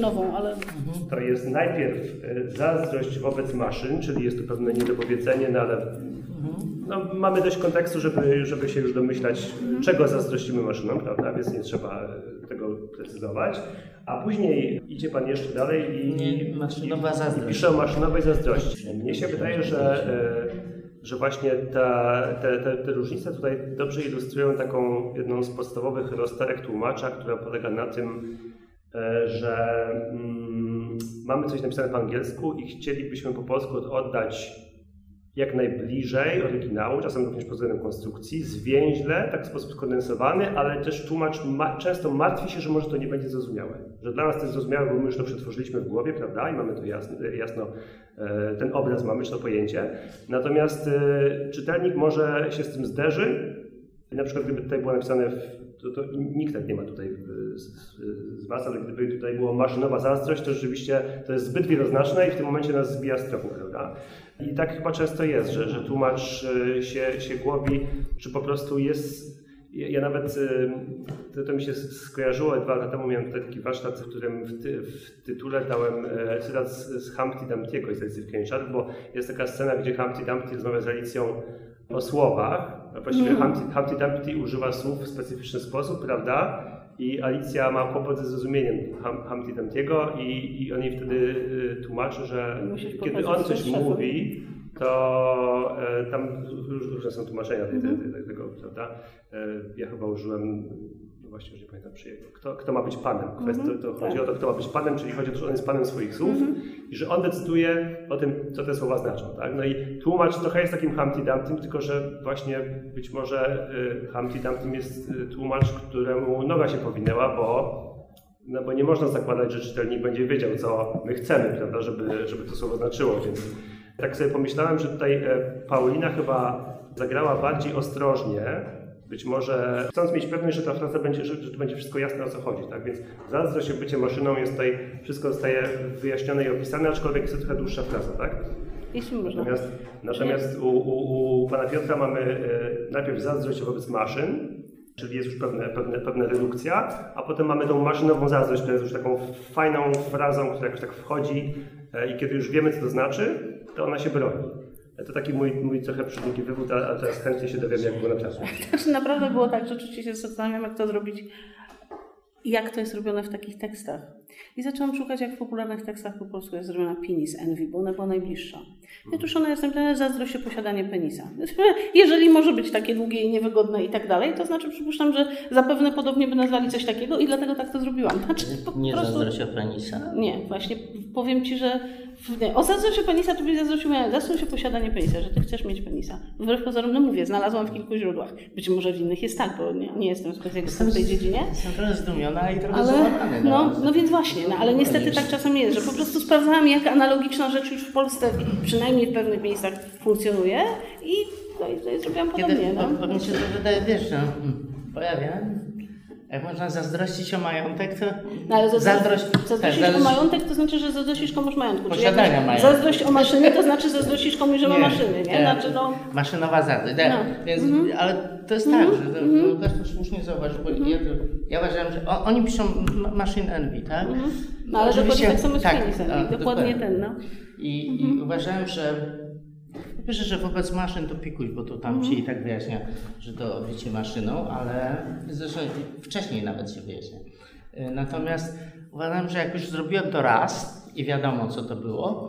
to jest najpierw zazdrość wobec maszyn, czyli jest to pewne niedopowiedzenie, no ale mamy dość kontekstu, żeby się już domyślać, czego zazdrościmy maszynom, prawda? Więc nie trzeba tego precyzować. A później idzie Pan jeszcze dalej i pisze o maszynowej zazdrości. Mnie się wydaje, że właśnie te różnice tutaj dobrze ilustrują taką jedną z podstawowych rozterek tłumacza, która polega na tym, że mamy coś napisane po angielsku i chcielibyśmy po polsku oddać jak najbliżej oryginału, czasem również pod względem konstrukcji, zwięźle, tak w sposób skondensowany, ale też tłumacz często martwi się, że może to nie będzie zrozumiałe. Że dla nas to jest zrozumiałe, bo my już to przetworzyliśmy w głowie, prawda? I mamy to jasno ten obraz mamy, czy to pojęcie. Natomiast czytelnik może się z tym zderzy. I na przykład gdyby tutaj było napisane, to nikt tak nie ma tutaj z Was, ale gdyby tutaj było maszynowa zazdrość, to rzeczywiście to jest zbyt wieloznaczne i w tym momencie nas zbija z tropu, prawda? I tak chyba często jest, że tłumacz się głowi, czy po prostu jest... Ja nawet, to mi się skojarzyło, 2 lata temu miałem tutaj taki warsztat, w którym w tytule dałem cytat z Humpty Dumpty'ego z Alicji w Kraainie Czarów, bo jest taka scena, gdzie Humpty Dumpty rozmawia z Alicją o słowach. Właściwie Humpty Dumpty używa słów w specyficzny sposób, prawda? I Alicja ma kłopot ze zrozumieniem Humpty Dumpty'ego i on jej wtedy tłumaczy, że kiedy on coś mówi, to tam różne są tłumaczenia tego, prawda? Ja chyba użyłem, no właśnie już nie pamiętam przyjęcia, kto ma być panem. To chodzi o to, kto ma być panem, czyli chodzi o to, że on jest panem swoich słów i że on decyduje o tym, co te słowa znaczą. Tak? No i tłumacz trochę jest takim Humpty Dumptym, tylko że właśnie być może Humpty Dumptym jest tłumacz, któremu noga się powinęła, bo nie można zakładać, że czytelnik będzie wiedział, co my chcemy, prawda, żeby to słowo znaczyło, więc tak sobie pomyślałem, że tutaj Paulina chyba zagrała bardziej ostrożnie, być może chcąc mieć pewność, że ta fraza będzie, że to będzie wszystko jasne, o co chodzi, tak? Więc zazdrość o bycie maszyną jest tutaj, wszystko zostaje wyjaśnione i opisane, aczkolwiek jest to trochę dłuższa fraza, tak? Jeśli można. Natomiast u Pana Piotra mamy najpierw zazdrość wobec maszyn, czyli jest już pewna redukcja, a potem mamy tą maszynową zazdrość, która jest już taką fajną frazą, która jakoś tak wchodzi i kiedy już wiemy, co to znaczy, to ona się broni. To taki mój trochę przydługi wywód, a teraz chętnie się dowiem, jak było naprawdę. Naprawdę było tak, że rzeczywiście się zastanawiam, jak to zrobić, jak to jest robione w takich tekstach. I zaczęłam szukać, jak w popularnych tekstach po polsku jest zrobiona penis envy, bo ona była najbliższa. I otóż ona jest napisana zazdrość o posiadanie penisa. Jeżeli może być takie długie i niewygodne i tak dalej, to znaczy przypuszczam, że zapewne podobnie by nazwali coś takiego i dlatego tak to zrobiłam. Znaczy, nie zazdrość o penisa? Nie, właśnie powiem Ci, że o zazdrość o penisa to byś zazdrościł zazdrość o posiadanie penisa, że Ty chcesz mieć penisa. Wbrew pozorom, no mówię, znalazłam w kilku źródłach. Być może w innych jest tak, bo nie jestem specjalistą w tej dziedzinie. Jestem trochę zdumiona i trochę załamany. No więc właśnie, ale niestety tak czasem jest, że po prostu sprawdzałam, jak analogiczna rzecz już w Polsce, przynajmniej w pewnych miejscach funkcjonuje i zrobiłam podobnie. Bo mi się to wydaje, wiesz, pojawia. Jak można zazdrościć o majątek, to ale zazdrościć o majątek to znaczy, że zazdrościsz komuś majątku. Posiadania majątku. Zazdrość o maszyny to znaczy zazdrościsz komuś, że ma maszyny, nie? Znaczy, maszynowa zazdrość. Więc, ale to jest tak, że Łukasz to słusznie zauważył, bo ja uważałem, że oni piszą machine envy, tak? No ale dokładnie tak samo z penisem. Dokładnie ten, no. I uważałem, że po pierwsze, że wobec maszyn to pikuś, bo to tam się i tak wyjaśnia, że to bycie maszyną, ale zresztą wcześniej nawet się wyjaśnia. Natomiast uważam, że jak już zrobiłem to raz i wiadomo, co to było,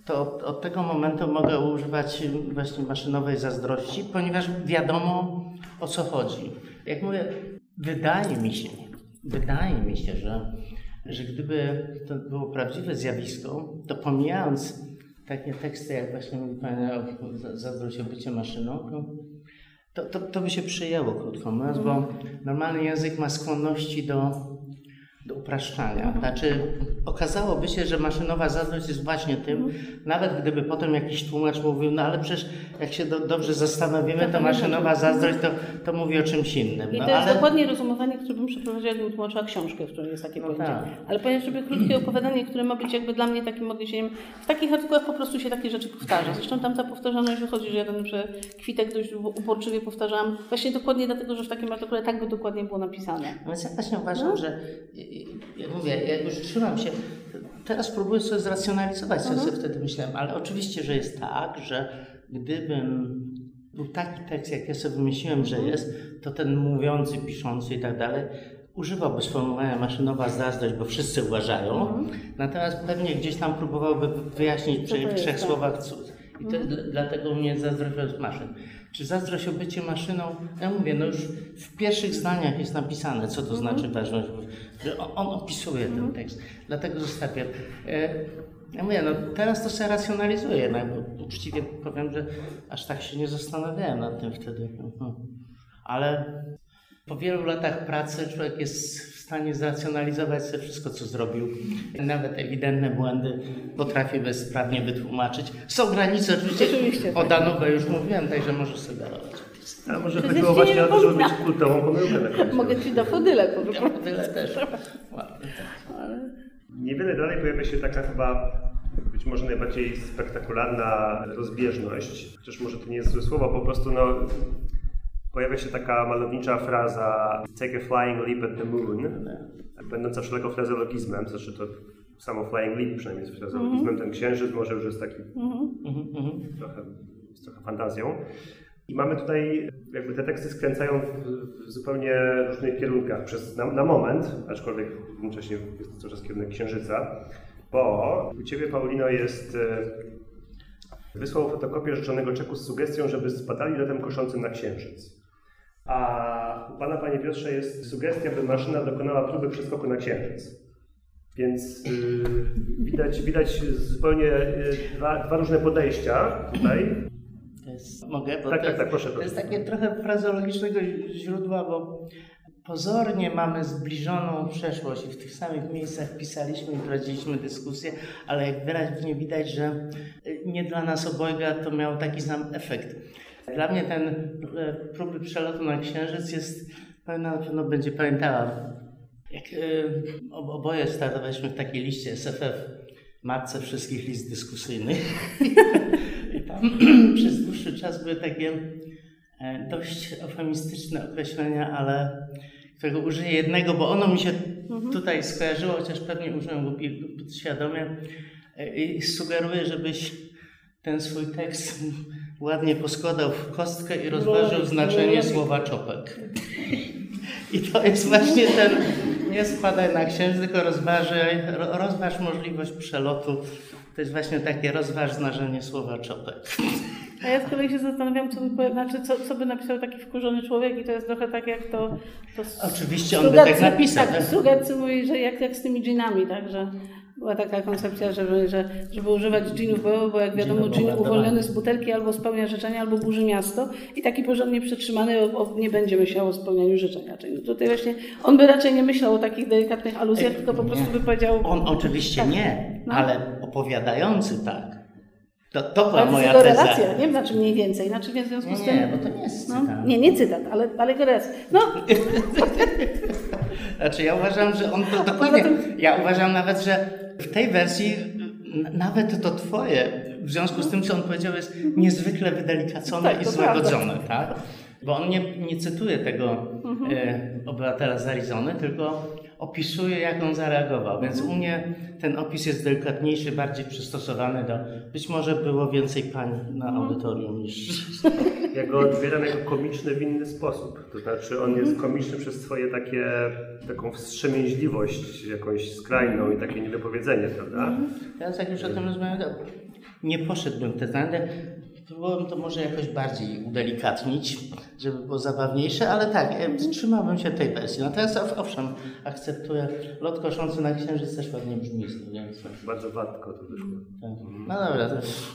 to od tego momentu mogę używać właśnie maszynowej zazdrości, ponieważ wiadomo, o co chodzi. Jak mówię, wydaje mi się, że gdyby to było prawdziwe zjawisko, to pomijając takie teksty, jak właśnie mówi Pani o zazdrość o bycie maszyną, to by się przyjęło, krótko mówiąc, bo normalny język ma skłonności do upraszczania. Znaczy, okazałoby się, że maszynowa zazdrość jest właśnie tym, nawet gdyby potem jakiś tłumacz mówił, no ale przecież jak się dobrze zastanowimy, to maszynowa zazdrość to mówi o czymś innym. I to jest dokładnie rozumowanie, które bym przeprowadziła, jakbym tłumaczyła książkę, w której jest takie pojęcie. Tak. Ale ponieważ żeby krótkie opowiadanie, które ma być jakby dla mnie takim odniesieniem, w takich artykułach po prostu się takie rzeczy powtarza. Zresztą tam ta powtarzalność wychodzi, że ja ten kwitek dość uporczywie powtarzam, właśnie dokładnie dlatego, że w takim artykule tak by dokładnie było napisane. Więc ja właśnie uważam, że ja mówię, ja już trzymam się, teraz próbuję sobie zracjonalizować, co sobie wtedy myślałem, ale oczywiście, że jest tak, że gdybym był taki tekst, jak ja sobie wymyśliłem, że jest, to ten mówiący, piszący i tak dalej używałby sformułowania maszynowa zazdrość, bo wszyscy uważają, natomiast pewnie gdzieś tam próbowałby wyjaśnić w 3 słowach cud. I to, dlatego mnie zazdrość od maszyn. Czy zazdrość o bycie maszyną? Ja mówię, no już w pierwszych zdaniach jest napisane, co to znaczy ważność, że on opisuje ten tekst. Dlatego zostawię. Ja mówię, no teraz to sobie racjonalizuję, jednak uczciwie powiem, że aż tak się nie zastanawiałem nad tym wtedy. Ale po wielu latach pracy człowiek jest w stanie zracjonalizować sobie wszystko, co zrobił. Nawet ewidentne błędy potrafię bezprawnie wytłumaczyć. Są granice, oczywiście o Danubę już mówiłem, także możesz sobie darować. A może chodziło właśnie o to, żeby mieć kultową pomyłkę na końcu. Mogę Ci do fodyle też. Niewiele dalej pojawia się taka chyba być może najbardziej spektakularna rozbieżność, chociaż może to nie jest złe słowo, po prostu pojawia się taka malownicza fraza "take a flying leap at the moon", będąca wszelako frazeologizmem, znaczy to samo flying leap przynajmniej jest frazeologizmem, ten księżyc może już jest taki trochę fantazją. I mamy tutaj, jakby te teksty skręcają w zupełnie różnych kierunkach na moment, aczkolwiek w tym czasie jest to cały czas kierunek księżyca, bo u Ciebie, Paulino, jest wysłał fotokopię życzonego czeku z sugestią, żeby spadali lotem koszącym na księżyc. A u Pana, Panie Piotrze, jest sugestia, by maszyna dokonała próby przeskoku na księżyc. Więc widać zupełnie dwa różne podejścia tutaj. Mogę? Bo tak, proszę. To jest takie trochę frazeologicznego źródła, bo pozornie mamy zbliżoną przeszłość i w tych samych miejscach pisaliśmy i prowadziliśmy dyskusję, ale jak wyraźnie widać, że nie dla nas obojga to miał taki sam efekt. Dla mnie ten próby przelotu na księżyc jest, na pewno będzie pamiętała, jak oboje startowaliśmy w takiej liście SFF, matce wszystkich list dyskusyjnych. I tam przez dłuższy czas były takie dość eufemistyczne określenia, ale którego użyję jednego, bo ono mi się tutaj skojarzyło, chociaż pewnie użyłem go świadomie. I sugeruję, żebyś ten swój tekst ładnie poskładał w kostkę i rozważył znaczenie słowa czopek. I to jest właśnie ten, nie spadaj na księżyc, tylko rozważ możliwość przelotu. To jest właśnie takie rozważ znaczenie słowa czopek. A ja z kolei się zastanawiam, co by napisał taki wkurzony człowiek i to jest trochę tak jak to oczywiście on by tak napisał. Tak, Strugatzy mówi, że jak z tymi dżinami, tak, że była taka koncepcja, żeby używać dżinów, bo jak wiadomo dżin uwolniony z butelki albo spełnia życzenia, albo burzy miasto i taki porządnie przetrzymany nie będzie myślał o spełnianiu życzenia. Czyli tutaj właśnie on by raczej nie myślał o takich delikatnych aluzjach, tylko po prostu by powiedział... On oczywiście tak, nie, ale opowiadający tak. To była ale moja jego teza. relacja, nie? Znaczy mniej więcej. Znaczy w związku z tym... Nie, bo to nie jest cytat. Nie cytat, ale jego relacja. Znaczy ja uważam, że on to dokładnie... Ja uważam nawet, że w tej wersji nawet to twoje, w związku z tym, co on powiedział, jest niezwykle wydelikacone i złagodzone, tak? Bo on nie cytuje tego obywatela z Arizony, tylko opisuje, jak on zareagował. Więc u mnie ten opis jest delikatniejszy, bardziej przystosowany do... Być może było więcej pań na audytorium niż... Ja go odbieram jako komiczny w inny sposób. To znaczy on jest komiczny przez swoje taką wstrzemięźliwość jakąś skrajną i takie niedopowiedzenie, prawda? Teraz jak już o tym rozmawiamy, nie poszedłbym w te zanęty. Próbowałem to może jakoś bardziej udelikatnić, żeby było zabawniejsze, ale tak, trzymałbym się tej wersji. Natomiast owszem, akceptuję. Lot koszący na księżyc też ładnie brzmi. Więc... Bardzo wadko to wyszło. Tak. No dobra. To...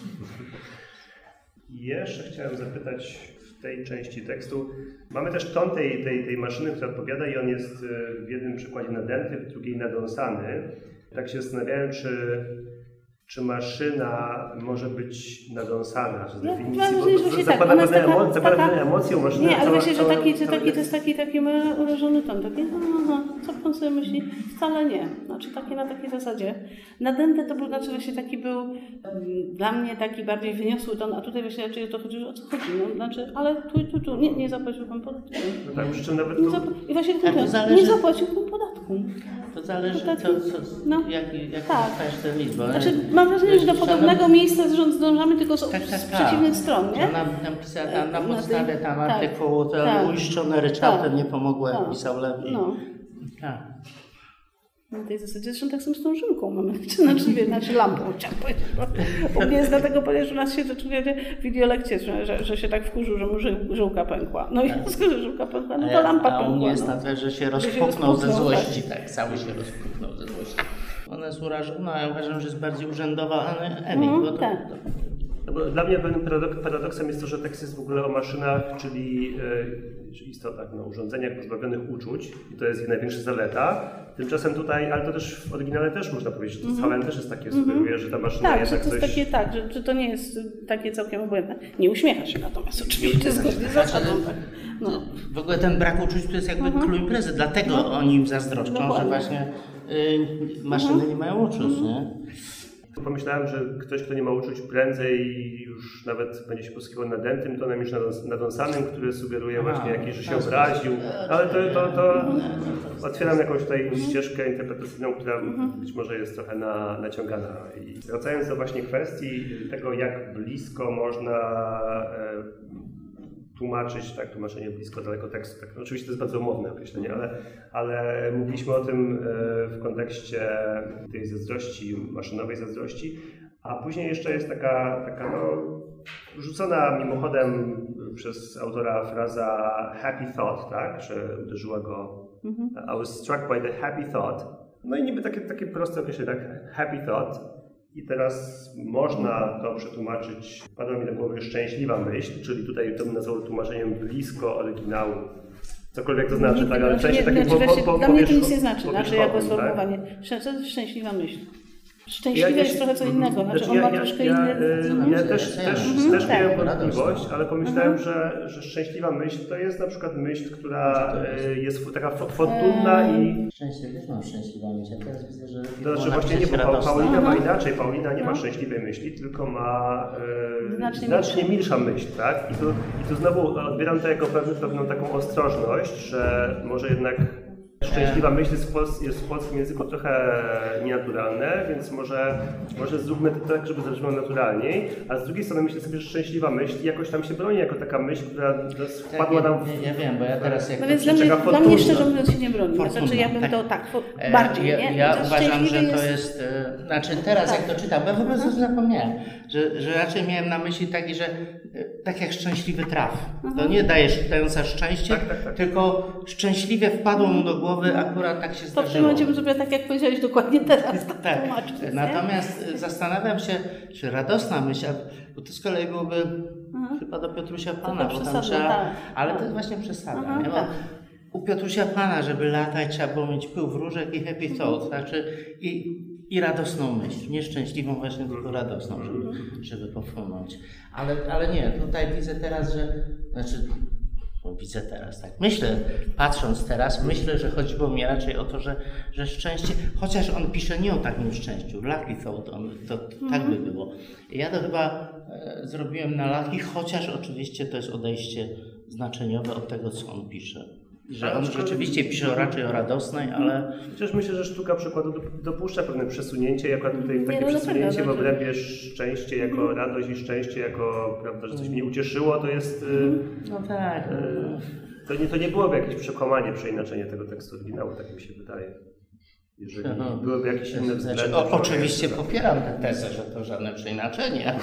I jeszcze chciałem zapytać w tej części tekstu. Mamy też ton tej maszyny, która odpowiada i on jest w jednym przykładzie nadęty, w drugiej nadąsany. Tak się zastanawiałem, czy maszyna może być nadąsana, że z definicji zakłada pewne emocje u maszyny. Nie, ale myślę, że to jest taki urażony ton. Taki, co pan sobie myśli? Wcale nie. Znaczy na takiej zasadzie. Nadęte to był, właśnie taki był dla mnie taki bardziej wyniosły ton, a tutaj właśnie raczej o to chodzi, o co chodzi. No, znaczy, ale tu, nie zapłacił pan podatku. No tak, przy czym nawet I właśnie nie zapłacił pan podatku. To zależy, jaki dostajesz tę liczbę. Znaczy, mam wrażenie, że do podobnego miejsca zdążamy tylko z przeciwnych stron, nie? Na podstawie tam artykułu to uiszczone ryczałtem nie pomogło, jak pisał Lewi. No. Tak. Na tej zasadzie zresztą tak samo z tą żynką mamy, znaczy lampą chciałam powiedzieć, bo u mnie jest dlatego, ponieważ u nas się rzeczywiście w wideolekcie, że się tak wkurzył, że mu żyłka pękła. No i skoro żyłka pękła, no to lampa pękła. A u mnie jest na tyle, że się rozpuknął ze złości, tak, cały się rozpuknął ze złości. Ona jest urażona, ja uważam, że jest bardziej urzędowa, ale Dla mnie pewnym paradoksem jest to, że tekst jest w ogóle o maszynach, czyli istotach, urządzeniach pozbawionych uczuć i to jest jej największa zaleta. Tymczasem tutaj, ale to też w oryginale też można powiedzieć, że to Halen też jest takie, sugeruje, że ta maszyna jest tak, coś... Takie, że to nie jest takie całkiem obojętne. Nie uśmiecha się natomiast oczywiście zgodnie z zasadą. W ogóle ten brak uczuć to jest jakby clue imprezy, dlatego oni im zazdroszczą, że właśnie maszyny nie mają uczuć, nie? Pomyślałem, że ktoś, kto nie ma uczuć, prędzej już nawet będzie się posługiwał nadętym tonem niż nadąsanym, który sugeruje właśnie że się obraził. Ale to otwieram jakąś tutaj ścieżkę interpretacyjną, która być może jest trochę naciągana. I wracając do właśnie kwestii tego, jak blisko można tłumaczyć, tłumaczenie blisko, daleko tekstu. Tak, oczywiście to jest bardzo umowne określenie, ale mówiliśmy o tym w kontekście tej zazdrości, maszynowej zazdrości, a później jeszcze jest taka rzucona mimochodem przez autora fraza happy thought, tak, że uderzyła go I was struck by the happy thought. No i niby takie proste określenie, tak, happy thought. I teraz można to przetłumaczyć, wpadła mi do głowy szczęśliwa myśl, czyli tutaj to bym nazwał tłumaczeniem blisko oryginału. Cokolwiek to znaczy, tak, ale w sensie takim dla mnie to nic nie znaczy, jako sformułowanie. To jest szczęśliwa myśl. Szczęśliwe jest trochę co innego, znaczy on ma troszkę inny... Ja też miałem wątpliwość, ale pomyślałem, że szczęśliwa myśl to jest na przykład myśl, która jest taka fortunna i... Szczęście też mam szczęśliwa myśl, ja teraz widzę, że... To znaczy właśnie nie, bo Paulina ma inaczej, Paulina nie ma szczęśliwej myśli, tylko ma znacznie milsza myśl, tak? I tu znowu odbieram to jako pewną taką ostrożność, że może jednak szczęśliwa myśl jest w polskim języku trochę nienaturalne, więc może zróbmy to tak, żeby zabrzmiało naturalniej, a z drugiej strony myślę sobie, że szczęśliwa myśl jakoś tam się broni jako taka myśl, która wpadła nam w... Ja wiem, bo ja teraz jak... No więc dla mnie szczerze mówiąc się nie broni. Znaczy ja bym to bardziej, nie? Ja uważam, że to jest... Znaczy teraz jak to czytam, bo ja po prostu zapomniałem, że raczej miałem na myśli taki, że tak jak szczęśliwy traf. To nie dająca szczęście, tylko szczęśliwie wpadło mu do głowy, akurat tak się zdarzyło. To w tym momencie bym zrobiła tak, jak powiedziałeś dokładnie teraz. Tak. Natomiast zastanawiam się, czy radosna myśl, bo to z kolei byłoby chyba do Piotrusia Pana, bo tam trzeba... Ale to jest właśnie przesada. Nie? Bo u Piotrusia Pana, żeby latać, trzeba było mieć pył wróżek i happy thought, znaczy i radosną myśl, nie szczęśliwą właśnie, tylko radosną, żeby pofrunąć. Ale nie, tutaj widzę teraz, tak. Patrząc teraz, myślę, że chodziło mi raczej o to, że szczęście, chociaż on pisze nie o takim szczęściu, lucky thought, tak by było. Ja to chyba zrobiłem na lucky, chociaż oczywiście to jest odejście znaczeniowe od tego, co on pisze. Że on rzeczywiście pisze raczej o radosnej, ale... Chociaż myślę, że sztuka przykładu dopuszcza pewne przesunięcie, jako tutaj takie przesunięcie w obrębie szczęście jako radość i szczęście jako, prawda, że coś mnie ucieszyło, to jest... No tak. To nie byłoby jakieś przekłamanie, przeinaczenie tego tekstu oryginału, tak mi się wydaje. Jeżeli byłyby jakieś inne względy... Znaczy, oczywiście popieram tę tezę, że to żadne przeinaczenie.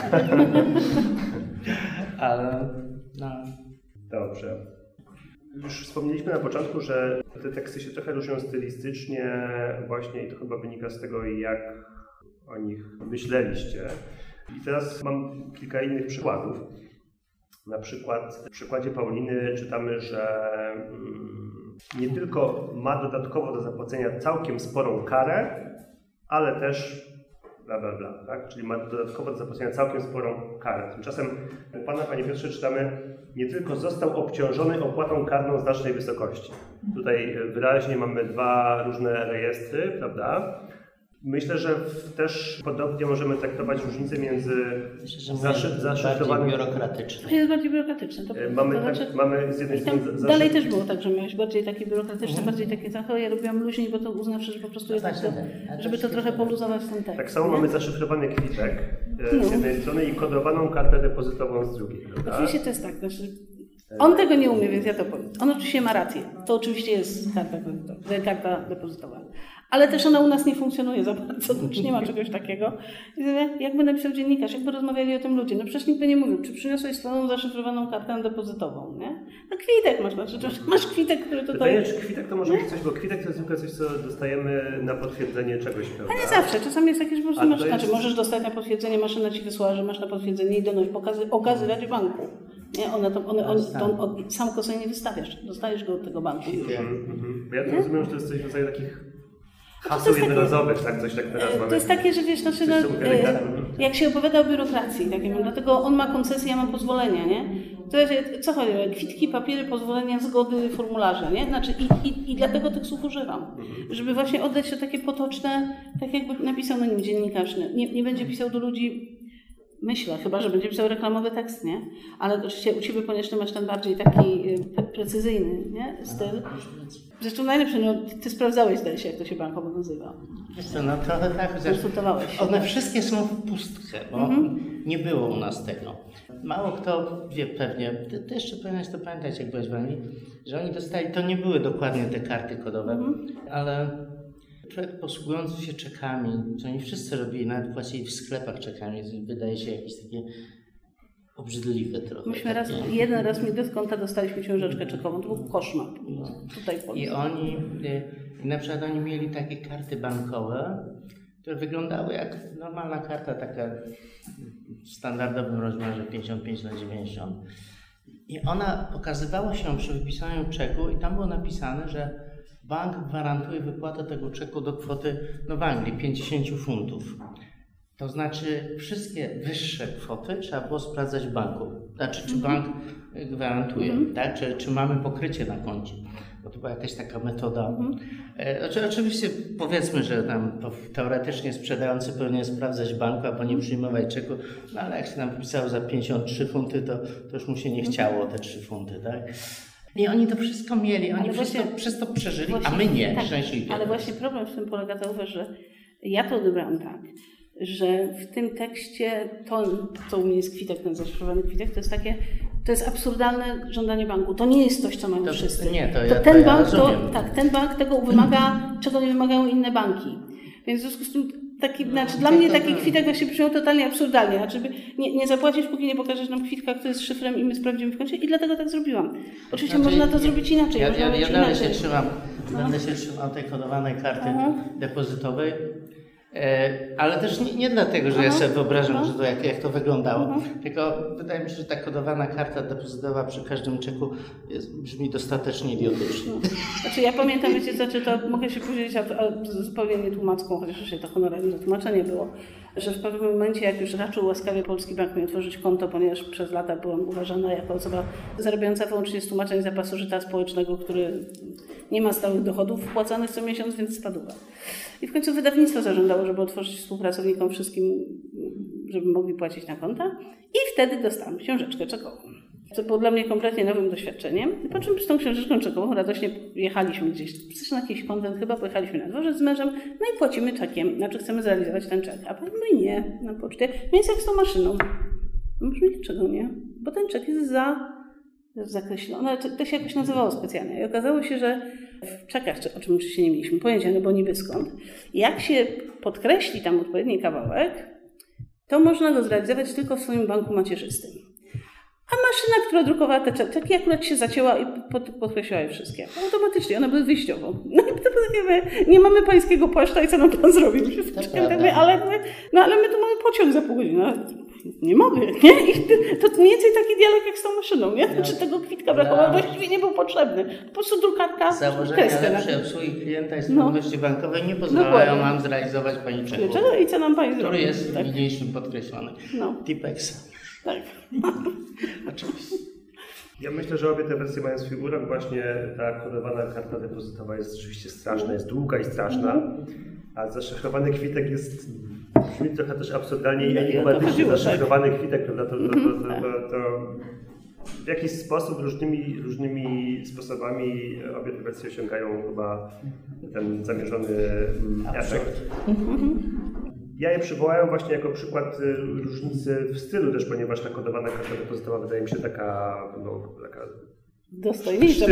Ale no... Dobrze. Już wspomnieliśmy na początku, że te teksty się trochę różnią stylistycznie właśnie i to chyba wynika z tego, jak o nich myśleliście. I teraz mam kilka innych przykładów. Na przykład w przykładzie Pauliny czytamy, że nie tylko ma dodatkowo do zapłacenia całkiem sporą karę, ale też bla bla bla, tak? Czyli ma dodatkowo do zapłacenia całkiem sporą karę. Tymczasem u Pana, Panie Piotrze, czytamy, nie tylko został obciążony opłatą karną znacznej wysokości. Tutaj wyraźnie mamy dwa różne rejestry, prawda? Myślę, że też podobnie możemy traktować różnicę między zaszyfrowanym... biurokratyczne. To jest bardziej biurokratyczne. To mamy z jednej strony... Dalej też było tak, że miałeś bardziej takie biurokratyczne, bardziej takie trochę. Ja robiłam luźniej, bo to uznawszy, że po prostu jest tak, żeby to trochę poluzować ten tekst. Tak samo mamy zaszyfrowany kwitek z jednej strony i kodowaną kartę depozytową z drugiej. Prawda? Oczywiście to jest tak. Znaczy, on tego nie umie, więc ja to powiem. On oczywiście ma rację. To oczywiście jest karta depozytowa. Ale też ona u nas nie funkcjonuje za bardzo, znaczy nie ma czegoś takiego. Jakby napisał dziennikarz, jakby rozmawiali o tym ludzie. No przecież nikt by nie mówił, czy przyniosłeś swoją zaszyfrowaną kartę depozytową, nie? No kwitek masz, masz kwitek, który tutaj... Pytanie, czy kwitek to może być coś, bo kwitek to jest zwykle coś, co dostajemy na potwierdzenie czegoś, prawda? A nie zawsze, czasami jest takie, że po prostu znaczy możesz dostać na potwierdzenie, maszyna ci wysłała, że masz na potwierdzenie i doność okazywać banku. Nie, sam go sobie nie wystawiasz, dostajesz go od tego banku. Ja to rozumiem, że to jest coś w rodzaju takich haseł jednorazowych, tak? Coś tak teraz mamy. To jest takie, że wiesz, jak się opowiada o biurokracji, dlatego on ma koncesję, ja mam pozwolenia, nie? To jest, co chodzi? Kwitki, papiery, pozwolenia, zgody, formularze, nie? Znaczy i dlatego tych słów używam. Żeby właśnie oddać to takie potoczne, tak jakby napisał na nim dziennikarz. Nie będzie pisał do ludzi, myślę, chyba że będzie pisał reklamowy tekst, nie? Ale oczywiście u Ciebie, ponieważ Ty masz ten bardziej taki precyzyjny, nie? Styl. Zresztą najlepsze, Ty sprawdzałeś, zdaje się, jak to się bankowo nazywa. Wiesz co, no trochę tak, konsultowałeś. One wszystkie są w pustce, bo nie było u nas tego. Mało kto wie pewnie, ty jeszcze powinieneś to pamiętać, jak byłeś w Anglii, że oni dostali, to nie były dokładnie te karty kodowe, ale człowiek posługujący się czekami, co oni wszyscy robili, nawet płacili w sklepach czekami, wydaje się jakieś takie obrzydliwe trochę. Myśmy jeden raz mi do konta dostaliśmy książeczkę czekową, to był koszmar. Tutaj w Polsce. I na przykład oni mieli takie karty bankowe, które wyglądały jak normalna karta, taka w standardowym rozmiarze 55/90. I ona pokazywała się przy wypisaniu czeku i tam było napisane, że bank gwarantuje wypłatę tego czeku do kwoty, w Anglii 50 funtów. To znaczy wszystkie wyższe kwoty trzeba było sprawdzać w banku. Znaczy, czy bank gwarantuje, tak? Czy mamy pokrycie na koncie. Bo to była jakaś taka metoda. Oczywiście powiedzmy, że tam teoretycznie sprzedający powinien sprawdzać w banku, albo nie przyjmować czeku, no ale jak się nam pisało za 53 funty, to już mu się nie chciało te 3 funty, tak? I oni to wszystko mieli, oni przez to przeżyli, a my nie, tak, szczęśliwie. Ale właśnie problem w tym polega, zauważ, że ja to odebrałam tak, że w tym tekście to, co u mnie jest kwitek, ten zaszyfrowany kwitek, to jest absurdalne żądanie banku. To nie jest coś, co mają wszyscy. Nie, ten bank tego wymaga, czego nie wymagają inne banki. Więc w związku z tym dla mnie taki kwitek właśnie brzmiał totalnie absurdalnie. Znaczy, nie zapłacisz, póki nie pokażesz nam kwitka, który jest szyfrem i my sprawdzimy w końcu. I dlatego tak zrobiłam. Oczywiście można to zrobić inaczej. Ja dalej się trzymam tej kodowanej karty depozytowej. Ale też nie dlatego, że ja sobie wyobrażam, że to jak to wyglądało. Tylko wydaje mi się, że ta kodowana karta depozytowa przy każdym czeku brzmi dostatecznie idiotycznie. Znaczy ja pamiętam, wiecie co, czy to mogę się podzielić zupełnie nietłumacką, chociaż jeszcze to honoralne tłumaczenie było, że w pewnym momencie, jak już raczył łaskawie Polski Bank mi otworzyć konto, ponieważ przez lata byłam uważana jako osoba zarabiająca wyłącznie z tłumaczeń zapasu życia społecznego, który nie ma stałych dochodów wpłacanych co miesiąc, więc spadła. I w końcu wydawnictwo zażądało, żeby otworzyć współpracownikom wszystkim, żeby mogli płacić na konta. I wtedy dostałam książeczkę czekową, co było dla mnie kompletnie nowym doświadczeniem. I po czym z tą książeczką czekową radośnie jechaliśmy gdzieś, na jakiś konwent chyba, pojechaliśmy na dworzec z mężem, no i płacimy czekiem, znaczy chcemy zrealizować ten czek. A potem nie, na poczcie. Więc jak z tą maszyną? Może dlaczego nie? Bo ten czek jest za zakreślone, to się jakoś nazywało specjalnie. I okazało się, że w czekach, o czym oczywiście nie mieliśmy pojęcia, no bo niby skąd, jak się podkreśli tam odpowiedni kawałek, to można go zrealizować tylko w swoim banku macierzystym. A maszyna, która drukowała te czeki, akurat się zacięła i podkreśliła je wszystkie. Automatycznie, one były wyjściową. No i to takie, nie mamy pańskiego płaszcza i co nam pan zrobił? Ale my tu mamy pociąg za pół godziny. Nie mogę, nie? I to mniej więcej taki dialog jak z tą maszyną, nie? Czy tego kwitka brakowało? Właściwie nie był potrzebny. Po prostu drukarka. Założenia lepszej obsługi klienta i sprawności bankowej nie pozwalają nam zrealizować pani czeku. I co nam pani zrobi? Który jest w niniejszym podkreślony. Tipex. Tak. Oczywiście. Ja myślę, że obie te wersje mają swój urok. Właśnie ta kodowana karta depozytowa jest rzeczywiście straszna, jest długa i straszna, a zaszyfrowany kwitek jest brzmi trochę też absurdalnie i enigmatycznie. Zaszyfrowany kwitek, prawda, to w jakiś sposób różnymi sposobami obie te wersje osiągają chyba ten zamierzony efekt. Ja je przywołałem właśnie jako przykład różnicy w stylu też, ponieważ ta kodowana karta depozytowa wydaje mi się taka dostojniejsza,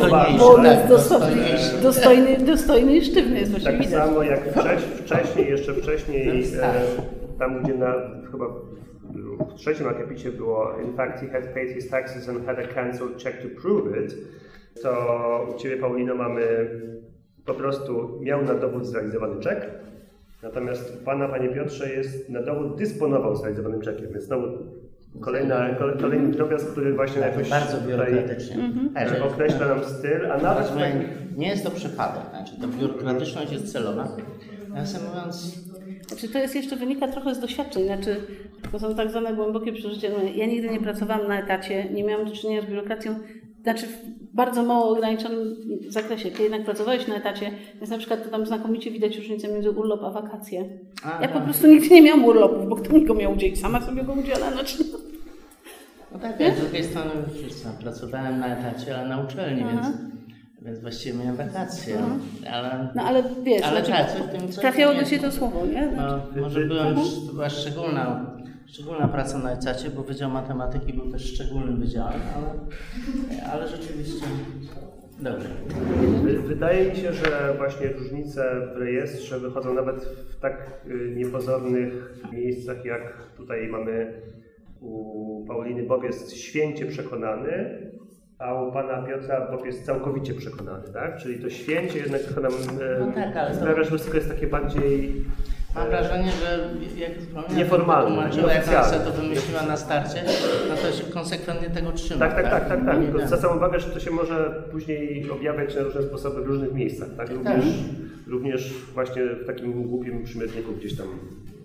dostojny i sztywny jest właśnie tak widać. Tak samo jak wcześniej, tam gdzie chyba w trzecim akapicie było in fact he had paid his taxes and had a cancelled check to prove it, to u Ciebie, Paulino, mamy po prostu miał na dowód zrealizowany czek, natomiast u Pana, Panie Piotrze, jest na dowód dysponował zrealizowanym czekiem, więc znowu kolejny drobiazg, który właśnie jakoś bardzo biurokratycznie określa nam styl, a nawet nie jest to przypadek, znaczy ta biurokratyczność jest celowa. Nawiasem mówiąc, to jest jeszcze wynika trochę z doświadczeń, to są tak zwane głębokie przeżycia. Ja nigdy nie pracowałam na etacie, nie miałam do czynienia z biurokracją, w bardzo mało ograniczonym zakresie. Ty jednak pracowałeś na etacie, więc na przykład to tam znakomicie widać różnicę między urlop a wakacje. Ja po prostu nigdy nie miałam urlopów, bo kto mi go miał udzielić? Sama sobie go udziela. No tak, ja z drugiej strony pracowałem na etacie, ale na uczelni, więc właściwie miałem wakacje. Ale wiesz, trafiało do Ciebie to słowo, nie? Może była szczególna praca na etacie, bo Wydział Matematyki był też szczególnym wydziałem, ale rzeczywiście dobrze. Wydaje mi się, że właśnie różnice w rejestrze wychodzą nawet w tak niepozornych miejscach, jak tutaj mamy u Pauliny Bob jest święcie przekonany, a u Pana Piotra Bob jest całkowicie przekonany, tak? Czyli to święcie jednak trochę nam sprawia, że wszystko jest takie bardziej... Mam wrażenie, że jak nieformalne, jak Hansa to wymyśliła na starcie, no to się konsekwentnie tego trzyma. Tak. Tylko zwracam uwagę, że to się może później objawiać na różne sposoby w różnych miejscach, tak? Również właśnie w takim głupim przymiotniku gdzieś tam.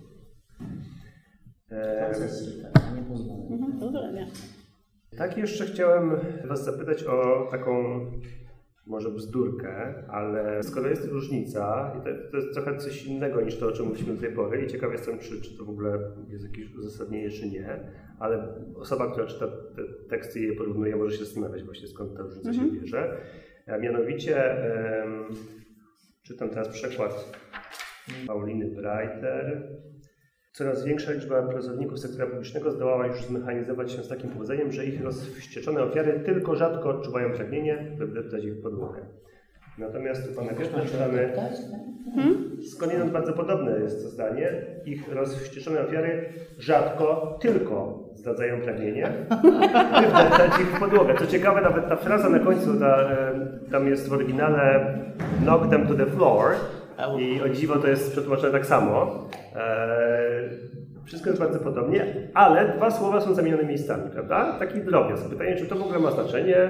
Nie pozwolę. Tak, jeszcze chciałem Was zapytać o taką może bzdurkę, ale skoro jest różnica, i to jest trochę coś innego niż to, o czym mówiliśmy do tej pory i ciekaw jestem, czy to w ogóle jest jakieś uzasadnienie, czy nie, ale osoba, która czyta te teksty i je porównuje, może się zastanawiać właśnie, skąd ta różnica się bierze. A mianowicie czytam teraz przykład Pauliny Breiter. Coraz większa liczba pracowników sektora publicznego zdołała już zmechanizować się z takim powodzeniem, że ich rozwścieczone ofiary tylko rzadko odczuwają pragnienie, by wdeptać ich w podłogę. Natomiast u Pana Piotra czytamy, skądinąd bardzo podobne jest to zdanie, ich rozwścieczone ofiary rzadko tylko zdradzają pragnienie, by wdeptać ich w podłogę. Co ciekawe, nawet ta fraza na końcu, tam jest w oryginale knock them to the floor, i o dziwo to jest przetłumaczone tak samo. Wszystko jest bardzo podobnie, ale dwa słowa są zamienione miejscami, prawda? Taki drobiazg. Pytanie, czy to w ogóle ma znaczenie?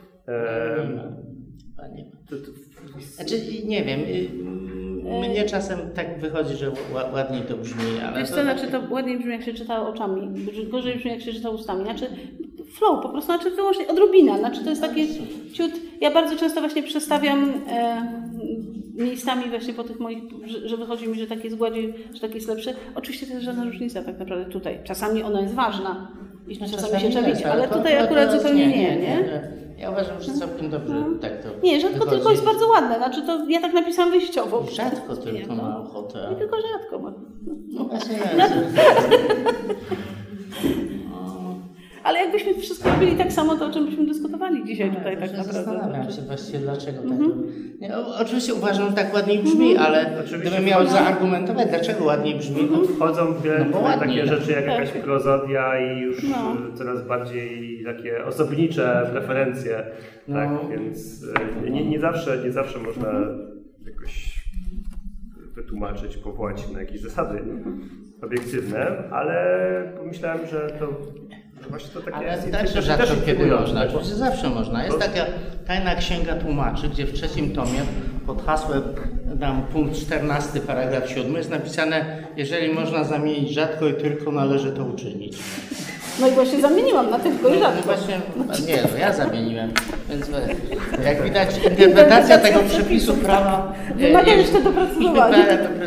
Znaczy, nie wiem. Mnie czasem tak wychodzi, że ładniej to brzmi, ale... Wiesz co, to ładniej brzmi, jak się czyta oczami, gorzej brzmi, jak się czyta ustami. Flow, po prostu, wyłącznie odrobina. To jest takie ciut... Ja bardzo często właśnie przestawiam miejscami właśnie po tych moich, że wychodzi mi, że taki jest gładziej, że taki jest lepszy. Oczywiście to jest żadna różnica tak naprawdę tutaj. Czasami ona jest ważna i czasami się trzeba widzieć, ale tutaj akurat zupełnie nie. Ja uważam, że całkiem dobrze tak to nie, rzadko wychodzi. Tylko jest bardzo ładne. To ja tak napisałam wyjściowo. Rzadko tylko na ochotę. Nie tylko rzadko. Ale jakbyśmy wszystko robili tak samo, to o czym byśmy dyskutowali dzisiaj tutaj tak naprawdę. Zastanawiam się właściwie, dlaczego tak. Nie, oczywiście uważam, że tak ładniej brzmi, ale gdybym miał zaargumentować, dlaczego ładniej brzmi, wchodzą w grę takie rzeczy jak jakaś prozodia i już coraz bardziej takie osobnicze preferencje. Tak, więc nie zawsze można jakoś wytłumaczyć, powołać się na jakieś zasady obiektywne, ale pomyślałem, że właśnie to takie ale jest. także rzadko kiedy można, oczywiście zawsze można. Jest taka tajna księga tłumaczy, gdzie w 3 tomie pod hasłem punkt 14, paragraf 7 jest napisane: jeżeli można zamienić rzadko i tylko, należy to uczynić. No i właśnie zamieniłam na tylko i rzadko. Ja zamieniłem. Więc jak widać, interpretacja tego przepisu prawa wymaga jeszcze doprecyzowania.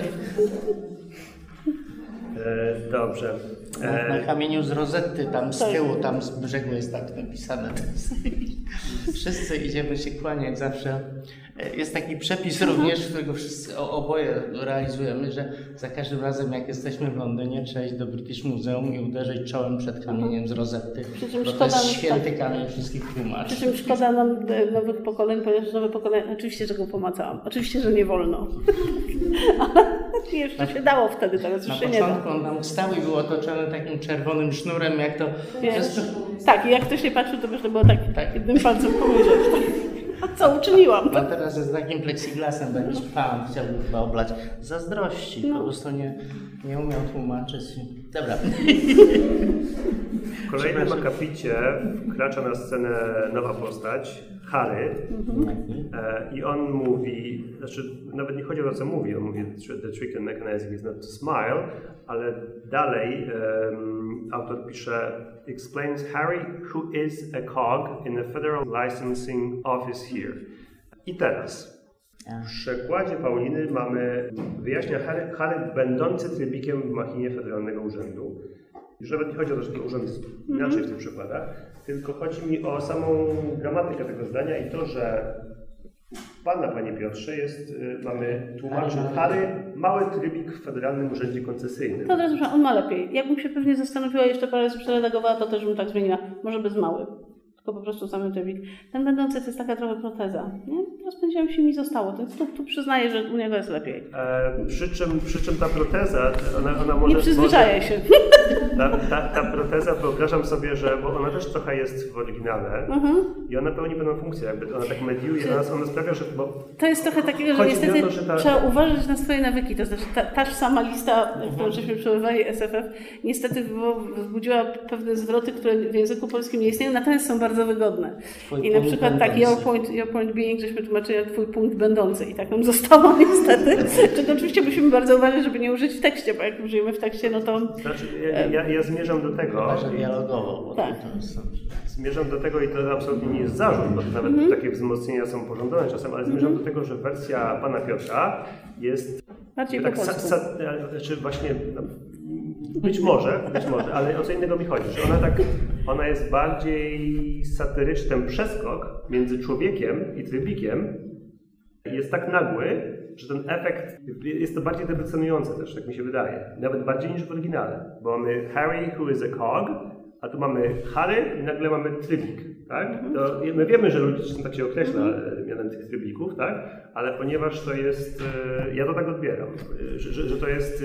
Dobrze. Na kamieniu z rozetty, tam z tyłu, tam z brzegu jest tak napisane. Wszyscy idziemy się kłaniać zawsze. Jest taki przepis również, którego wszyscy oboje realizujemy, że za każdym razem jak jesteśmy w Londynie, trzeba iść do British Museum i uderzyć czołem przed kamieniem z rozetty, bo to jest święty kamień wszystkich tłumaczy. Przy czym szkoda nam nowych pokoleń, ponieważ nowe pokolenia, oczywiście, że go pomacałam, oczywiście, że nie wolno. Ale jeszcze się dało wtedy, teraz już się nie da. Na początku on nam stał i był otoczony takim czerwonym sznurem, jak to... Tak, i jak ktoś się patrzył, to można było tak jednym palcem powiedzieć. A co uczyniłam? A teraz jest takim plexiglasem, bo jakiś pan chciałby chyba oblać zazdrości. Po prostu nie umiał tłumaczyć. Dobra. W kolejnym akapicie wkracza na scenę nowa postać, Harry. I on mówi, nawet nie chodzi o to, co mówi, on mówi the trick and mechanism is not to smile, ale dalej autor pisze explains Harry who is a cog in the Federal Licensing Office here. I teraz w przekładzie Pauliny wyjaśnia Harry będący trybikiem w machinie Federalnego Urzędu. Już nawet nie chodzi o to, że to urząd jest inaczej w tych przykładach, tylko chodzi mi o samą gramatykę tego zdania i to, że Panie Piotrze, mamy tłumacz Harry, mały trybik w Federalnym Urzędzie Koncesyjnym. To teraz on ma lepiej. Jakbym się pewnie zastanowiła, jeszcze parę razy przeredagowała, to też bym tak zmieniła. Może bez mały. Tylko po prostu samy trybik. Ten będący to jest taka trochę proteza. Nie? Rozpędziłam się i mi zostało. Tu przyznaję, że u niego jest lepiej. Przy czym ta proteza, ona może... Nie przyzwyczaja się. Ta proteza, wyobrażam sobie, że bo ona też trochę jest w oryginale i ona pełni pewną funkcję, jakby ona tak mediuje, ona sprawia, że... To jest trochę takiego, że niestety trzeba uważać na swoje nawyki. To znaczy ta sama lista, którą żeśmy przeływali SFF, niestety wzbudziła pewne zwroty, które w języku polskim nie istnieją, natomiast są bardzo wygodne. I na przykład tak your point being, żeśmy tłumaczyli twój punkt będący i tak nam zostało niestety. Czego oczywiście musimy bardzo uważać, żeby nie użyć w tekście, bo jak użyjemy w tekście, no to... Znaczy, ja zmierzam do tego... Chyba, że dialogowo. Bo tak. Zmierzam do tego i to absolutnie nie jest zarzut, bo nawet takie wzmocnienia są pożądane czasem, ale zmierzam do tego, że wersja Pana Piotra jest... Bardziej tak, po polsku. Znaczy właśnie... Być może, ale o co innego mi chodzi, że ona jest bardziej satyryczny, ten przeskok między człowiekiem i trybikiem jest tak nagły, że ten efekt jest to bardziej deprecjonujące też, tak mi się wydaje. Nawet bardziej niż w oryginale, bo mamy Harry who is a cog, a tu mamy Harry i nagle mamy trybik, tak? To my wiemy, że ludzie czasem tak się określa mianem tych trybików, tak? Ale ponieważ to jest, ja to tak odbieram, że to jest...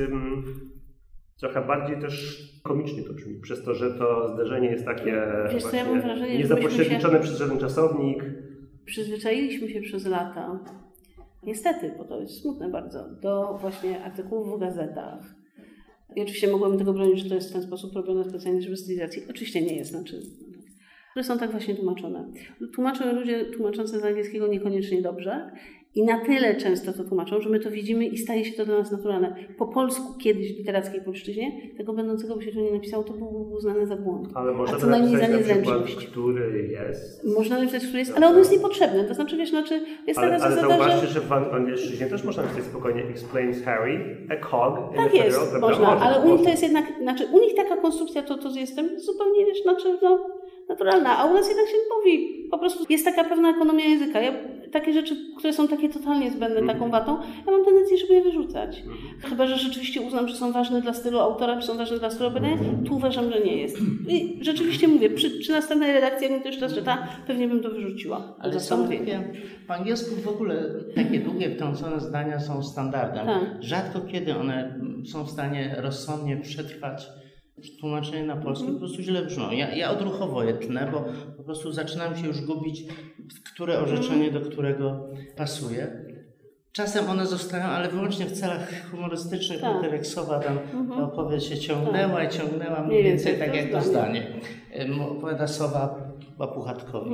Trochę bardziej też komicznie to brzmi, przez to, że to zderzenie jest takie ja mam wrażenie, niezapośredniczone przez żaden czasownik. Przyzwyczailiśmy się przez lata, niestety, bo to jest smutne bardzo, do właśnie artykułów w gazetach. I oczywiście mogłabym tego bronić, że to jest w ten sposób robione specjalnie, żeby stylizacji. Oczywiście nie jest, które są tak właśnie tłumaczone. Tłumaczą ludzie tłumaczący z angielskiego niekoniecznie dobrze i na tyle często to tłumaczą, że my to widzimy i staje się to dla nas naturalne. Po polsku kiedyś w literackiej polszczyźnie tego będącego by się tu nie napisało, to byłby uznane za błąd. Ale można co najmniej za niezręczność. Który jest. Można napisać, który jest, ale on jest niepotrzebny. To znaczy, jest taka zasada, zauważcie, że w angielszczyźnie też można napisać spokojnie explains Harry, a cog in tak the jest, federal, można, ale u nich to jest jednak, u nich taka konstrukcja, to jest zupełnie, naturalna, a u nas jednak się mówi, po prostu jest taka pewna ekonomia języka. Ja takie rzeczy, które są takie totalnie zbędne taką watą, ja mam tendencję, żeby je wyrzucać. Chyba że rzeczywiście uznam, że są ważne dla stylu autora, czy są ważne dla stylu obrania, tu uważam, że nie jest. I rzeczywiście mówię, przy następnej redakcji, jakbym to jeszcze raz czytała, pewnie bym to wyrzuciła. Ale są takie, po angielsku w ogóle takie długie, wtrącone zdania są standardem. Tak. Rzadko kiedy one są w stanie rozsądnie przetrwać tłumaczenie na polski, po prostu źle brzmią. Ja odruchowo je tnę, bo po prostu zaczynam się już gubić, które orzeczenie do którego pasuje. Czasem one zostają, ale wyłącznie w celach humorystycznych, Tak. tak jak Sowa tam ta opowieść się ciągnęła i ciągnęła mniej więcej tak jak to zdanie. Opowiada Sowa Puchatkowi.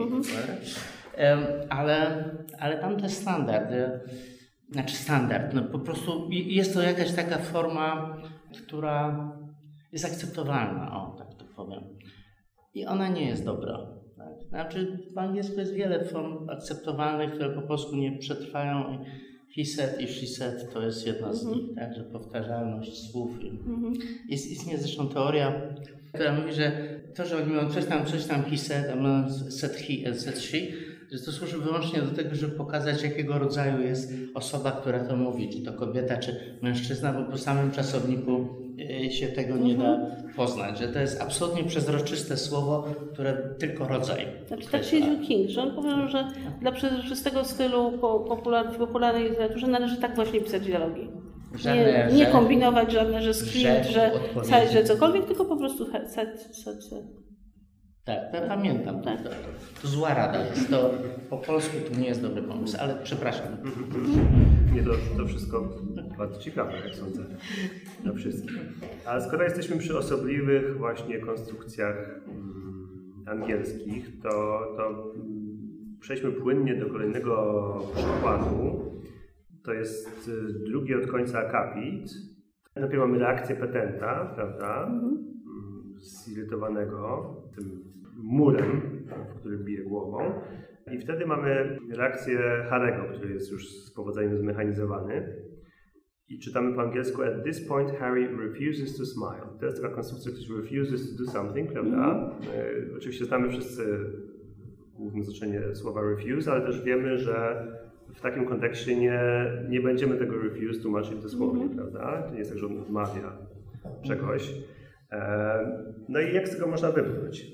Ale tam to jest standard. Standard. No po prostu jest to jakaś taka forma, która jest akceptowalna, o tak to powiem. I ona nie jest dobra. Tak? Znaczy w angielsku jest wiele form akceptowalnych, które po polsku nie przetrwają. He said i she said to jest jedna z nich, tak? Że powtarzalność słów. Istnieje zresztą teoria, która mówi, że to, że oni mówią coś tam he said, a said he and said she, że to służy wyłącznie do tego, żeby pokazać, jakiego rodzaju jest osoba, która to mówi, czy to kobieta, czy mężczyzna, bo po samym czasowniku się tego nie da poznać, że to jest absolutnie przezroczyste słowo, które tylko rodzaj. Znaczy tak siedział King, że on powiedział, że dla przezroczystego stylu w popularnej literaturze należy tak właśnie pisać dialogi. Nie kombinować żadne, że script, że cokolwiek, tylko po prostu set. Tak, ja pamiętam. Tak. To zła rada jest. To po polsku to nie jest dobry pomysł, ale przepraszam. Nie, to wszystko bardzo ciekawe, jak sądzę, dla wszystkich. A skoro jesteśmy przy osobliwych właśnie konstrukcjach angielskich, to przejdźmy płynnie do kolejnego przykładu. To jest drugi od końca akapit. Najpierw mamy reakcję petenta, prawda? Zirytowanego tym murem, w który bije głową. I wtedy mamy reakcję Harry'ego, który jest już z powodzeniem zmechanizowany. I czytamy po angielsku: At this point Harry refuses to smile. To jest taka konstrukcja, ktoś refuses to do something, prawda? Oczywiście znamy wszyscy główne znaczenie słowa refuse, ale też wiemy, że w takim kontekście nie będziemy tego refuse tłumaczyć dosłownie, prawda? To nie jest tak, że on odmawia czegoś. No i jak z tego można wybrnąć?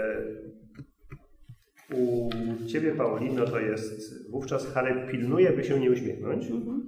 U Ciebie, Paulino, to jest wówczas Harry pilnuje, by się nie uśmiechnąć.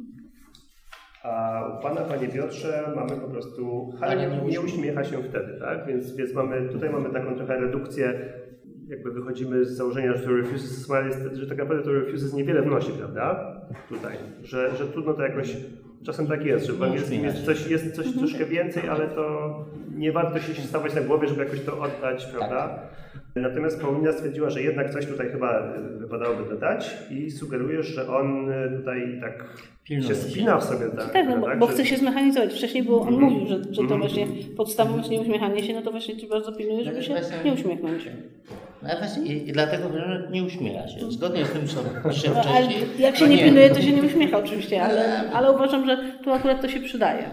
A u Pana, Panie Piotrze, mamy po prostu Harry nie uśmiecha się wtedy, tak? Więc tutaj mamy taką trochę redukcję, jakby wychodzimy z założenia, że to refuses smile jest, że tak naprawdę to refuses niewiele wnosi, prawda? Tutaj, że trudno to jakoś, czasem tak jest, że w angielskim jest coś troszkę więcej, ale to nie warto się stawać na głowie, żeby jakoś to oddać, prawda? Tak. Natomiast Paulina stwierdziła, że jednak coś tutaj chyba wypadałoby dodać i sugerujesz, że on tutaj tak się spina w sobie. Tak, no bo chce się zmechanizować. Wcześniej on mówił, że to właśnie podstawą jest nieuśmiechanie się, no to właśnie ci bardzo pilnuje, żeby się nie uśmiechnąć. No właśnie i dlatego nie uśmiecha się. Zgodnie z tym, co pisze wcześniej. Jak się nie pilnuje, to się nie uśmiecha oczywiście, ale uważam, że tu akurat to się przydaje.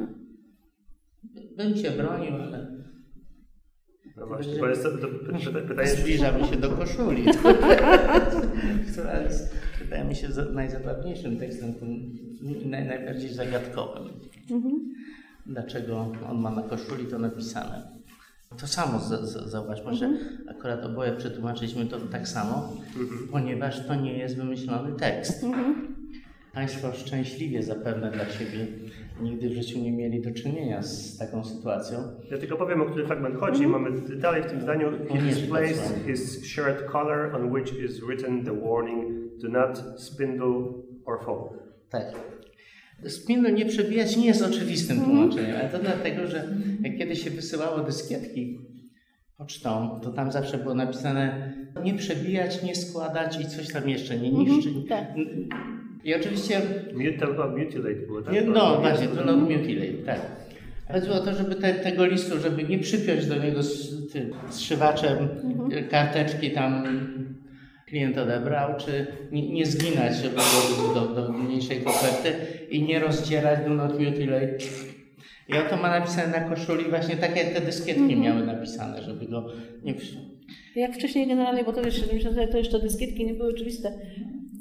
Bym się bronił, ale... No właśnie, bo jest to pytanie... Zbliżamy się do koszuli, która jest, wydaje mi się, najzabawniejszym tekstem, najbardziej zagadkowym. Dlaczego on ma na koszuli to napisane? To samo zauważmy, że akurat oboje przetłumaczyliśmy to tak samo, ponieważ to nie jest wymyślony tekst. Państwo szczęśliwie zapewne dla siebie nigdy w życiu nie mieli do czynienia z taką sytuacją. Ja tylko powiem, o który fragment chodzi. Mamy dalej w tym zdaniu: He displays his shirt collar on which is written the warning: do not spindle or fold. Tak. Spindle nie przebijać nie jest oczywistym tłumaczeniem, ale to dlatego, że jak kiedyś się wysyłało dyskietki pocztą, to tam zawsze było napisane nie przebijać, nie składać i coś tam jeszcze, nie niszczyć. I oczywiście... Mutilate było, tak? No właśnie, to not mutilate, tak. Chodziło o to, żeby tego listu, żeby nie przypiąć do niego z zszywaczem karteczki tam klient odebrał, czy nie zginać, żeby do mniejszej koperty i nie rozdzierać do not mutilate. I oto ma napisane na koszuli właśnie tak, jak te dyskietki miały napisane, żeby go nie... Jak wcześniej generalnie, bo to wiesz, 70 lat to jeszcze dyskietki nie były oczywiste.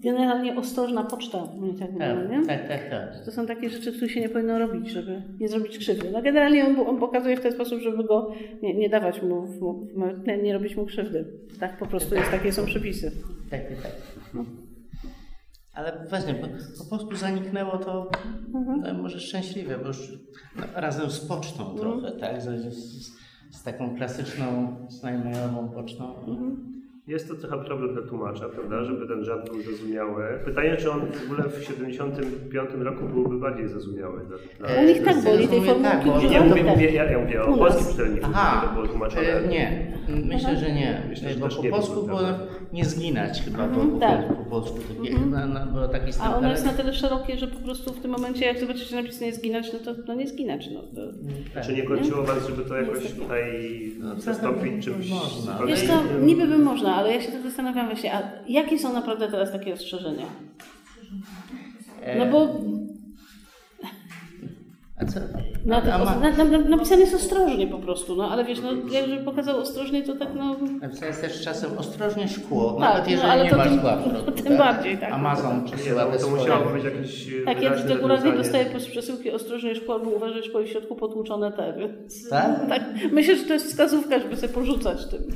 generalnie ostrożna poczta. Tak, nie? Tak. To są takie rzeczy, których się nie powinno robić, żeby nie zrobić krzywdy. No generalnie on pokazuje w ten sposób, żeby go nie dawać mu, nie robić mu krzywdy. Tak po prostu jest, takie są przepisy. Tak. No. Ale właśnie, bo po polsku zaniknęło to może szczęśliwie, bo już razem z pocztą trochę, tak? Z taką klasyczną, znajomą pocztą. Jest to trochę problem dla tłumacza, prawda, żeby ten żart był zrozumiały. Pytanie, czy on w ogóle w 75 roku byłby bardziej zrozumiały. U nich tak boli, tej formułki. Ja mówię o polskim czytelniku, to było tłumaczone. Nie, myślę, że nie. Bo po polsku było nie zginać chyba, po polsku. Było taki a ono jest na tyle szerokie, że po prostu w tym momencie, jak zobaczycie napisane zginać, to nie zginać. Czy nie korciło was, żeby to jakoś tutaj zastąpić czymś? Można. Wiesz co, niby by można, ale ja się tak zastanawiam właśnie, a jakie są naprawdę teraz takie ostrzeżenia? No bo... A co? Napisane jest ostrożnie po prostu, ale wiesz, jakby pokazał ostrożnie, to tak Napisane jest też czasem ostrożnie szkło, tak, nawet jeżeli nie ma szkła w środku. Tym bardziej, tak. Amazon przesyła te to musiało być jakieś tak, ja regularnie dostaję przesyłki ostrożnie szkło, albo uważaj, szkło w środku potłuczone te, więc... Tak? Myślę, że to jest wskazówka, żeby sobie porzucać tym.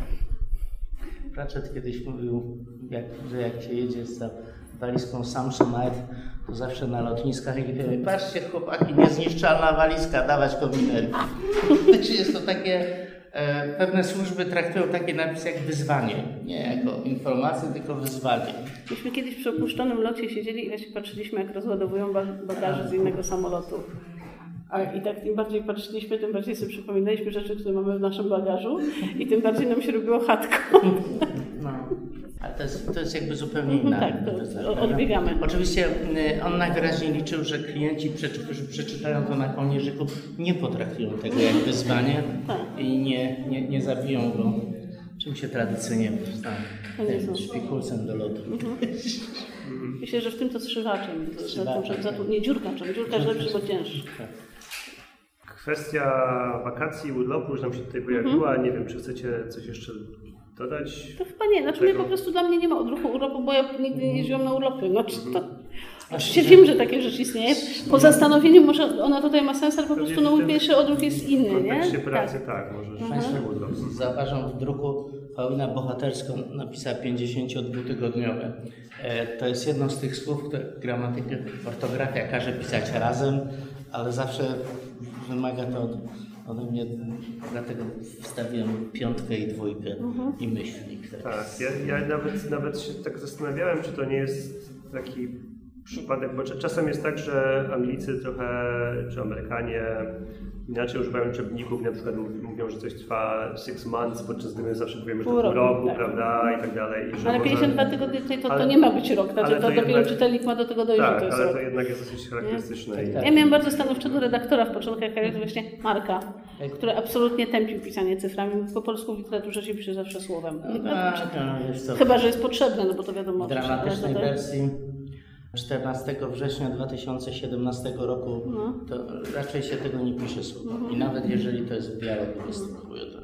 Pratchett kiedyś mówił, że jak się jedzie z walizką Samsonite, to zawsze na lotniskach i patrzcie chłopaki, niezniszczalna walizka, dawać kominerki. Jest to takie, pewne służby traktują taki napis jak wyzwanie, nie jako informację, tylko wyzwanie. Myśmy kiedyś przy opuszczonym locie siedzieli i właśnie patrzyliśmy, jak rozładowują bagaże z innego samolotu. I tak im bardziej patrzyliśmy, tym bardziej sobie przypominaliśmy rzeczy, które mamy w naszym bagażu i tym bardziej nam się robiło chatką. No. Ale to jest jakby zupełnie inna. Tak, to odbiegamy. Oczywiście on najwyraźniej liczył, że klienci, którzy przeczytają to na kołnierzyku, nie potraktują tego jak wyzwanie i nie zabiją go, czym się tradycyjnie znamy, szpikulcem do lotu. Myślę, że w tym to zszywaczem. Nie dziurkaczem, dziurkacz lepszy, bo cięższy. Kwestia wakacji i urlopu już nam się tutaj pojawiła. Nie wiem, czy chcecie coś jeszcze dodać? To chyba nie. Znaczy po prostu dla mnie nie ma odruchu urlopu, bo ja nigdy nie jeździłam na urlopy. Oczywiście wiem, że takie rzeczy istnieje. Po zastanowieniu może ona tutaj ma sens, ale po prostu mój pierwszy odruch jest inny, nie? W kontekście pracy tak może. Państwo zauważą w druku Paulina bohatersko napisała 52-tygodniowe. To jest jedno z tych słów, które gramatyka, ortografia każe pisać razem, ale zawsze wymaga to ode mnie, dlatego wstawiam 5 i 2 i myślnik. Tak, ja nawet się tak zastanawiałem, czy to nie jest taki przypadek, bo czasem jest tak, że Anglicy trochę, czy Amerykanie inaczej używają liczebników, na przykład mówią, że coś trwa 6 months, podczas gdy my zawsze powiemy, że to pół roku, tak, prawda, i tak dalej. Ale 52 tygodnie to nie ma być rok, to dopiero czytelnik ma do tego dojść, tak, że to jest ale rok. to jednak jest dosyć charakterystyczne. Ja miałam bardzo stanowczego redaktora w początkach kariery, właśnie Marka, który absolutnie tępił pisanie cyframi. Po polsku w literaturze się pisze zawsze słowem. Chyba że jest potrzebne, bo to wiadomo. W dramatycznej wersji 14 września 2017 roku to raczej się tego nie pisze słowa. I nawet jeżeli to jest w dialogu występuje, to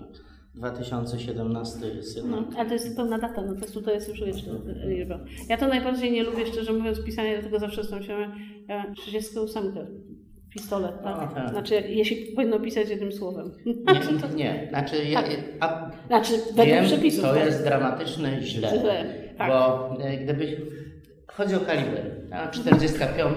2017 jest jednak... Ale to jest pełna data, to jest już liczba. Ja to najbardziej nie lubię, szczerze mówiąc, pisanie, dlatego zawsze znam się 38 pistolet, tak? Tak. Znaczy, jeśli powinno pisać jednym słowem. Nie. Znaczy, według przepisów. To jest dramatyczne źle. Tak. Bo gdybyś... Chodzi o kaliber, 45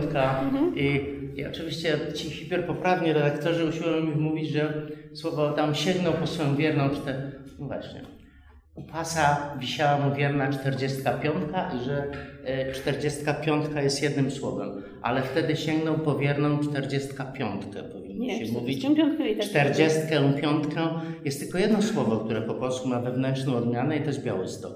i oczywiście ci hiperpoprawni redaktorzy usiłują mi wmówić, że słowo tam sięgnął po swoją wierną no właśnie. U pasa wisiała mu wierna 45 i że 45 jest jednym słowem, ale wtedy sięgnął po wierną 45 powinno się mówić. 45 jest tylko jedno słowo, które po polsku ma wewnętrzną odmianę i to jest Białystok.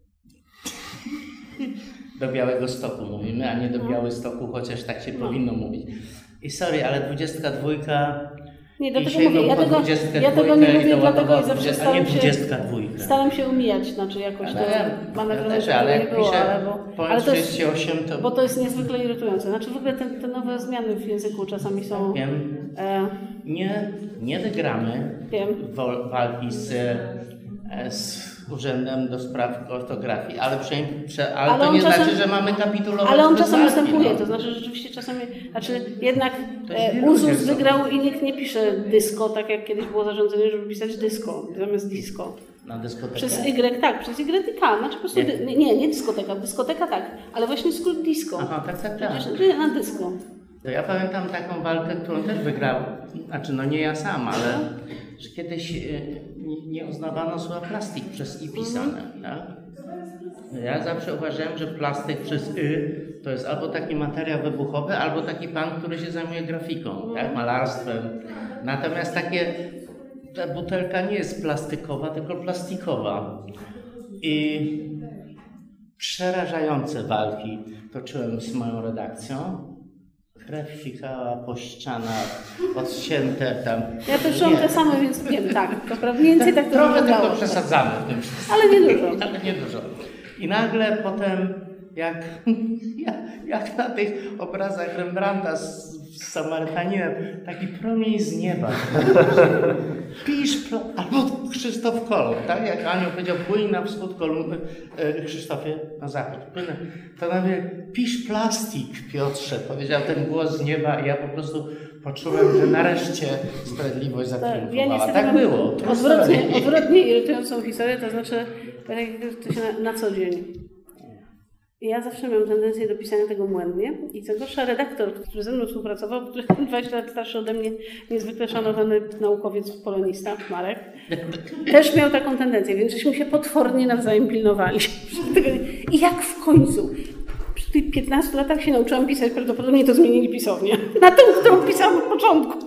Do Białegostoku mówimy, a nie do Białystoku, chociaż tak się powinno mówić. I sorry, ale 22... Nie, dlatego mówię, ja tego nie mówię, dlatego i zawsze staram się umijać, znaczy jakoś to mam nadzieję, że tego nie było, ale to jest, 38 to... bo to jest niezwykle irytujące. Znaczy w ogóle te nowe zmiany w języku czasami są... Wiem. Nie wygramy walki z z Urzędem do Spraw Ortografii, ale to nie znaczy, że mamy kapitulować. Ale on czasem walki, występuje, no. to znaczy rzeczywiście czasami, jednak Uzus wygrał i nikt nie pisze disco, tak jak kiedyś było zarządzenie, żeby pisać disco zamiast disco. Na dyskotekę? Przez Y, tak, przez Y i K, znaczy po prostu, nie dyskoteka tak, ale właśnie skrót disco. Aha, tak. Przecież na disco. To ja pamiętam taką walkę, którą też wygrałem, znaczy no nie ja sam, ale że kiedyś nie uznawano słowa plastik przez I pisane, tak? Ja zawsze uważałem, że plastyk przez Y to jest albo taki materiał wybuchowy, albo taki pan, który się zajmuje grafiką, tak? Malarstwem. Natomiast ta butelka nie jest plastikowa, tylko plastikowa. I przerażające walki toczyłem z moją redakcją. Krew fikała po ścianach, odcięte tam. Ja też czułam te same, więc wiem, tak. To prawda, mniej więcej tak to trochę wyglądało. tylko przesadzamy w tym wszystkim. Ale nie dużo. I nagle potem, jak na tych obrazach Rembrandta z Samarytaninem, taki promień z nieba. Albo Krzysztof Kolumb, tak? Jak Anioł powiedział, płyń na wschód Kolumby, Krzysztofie na zachód. To nawet pisz plastik, Piotrze, powiedział ten głos z nieba i ja po prostu poczułem, że nareszcie sprawiedliwość zatriumfowała. Tak było. Odwrotnie irytującą historię, to znaczy to się na co dzień. Ja zawsze miałam tendencję do pisania tego błędnie i co gorsza redaktor, który ze mną współpracował, który 20 lat starszy ode mnie, niezwykle szanowany naukowiec, polonista, Marek, też miał taką tendencję, więc żeśmy się potwornie nawzajem pilnowali. I jak w końcu przy tych 15 latach się nauczyłam pisać, prawdopodobnie to zmienili pisownię. Na tą, którą pisałam od początku.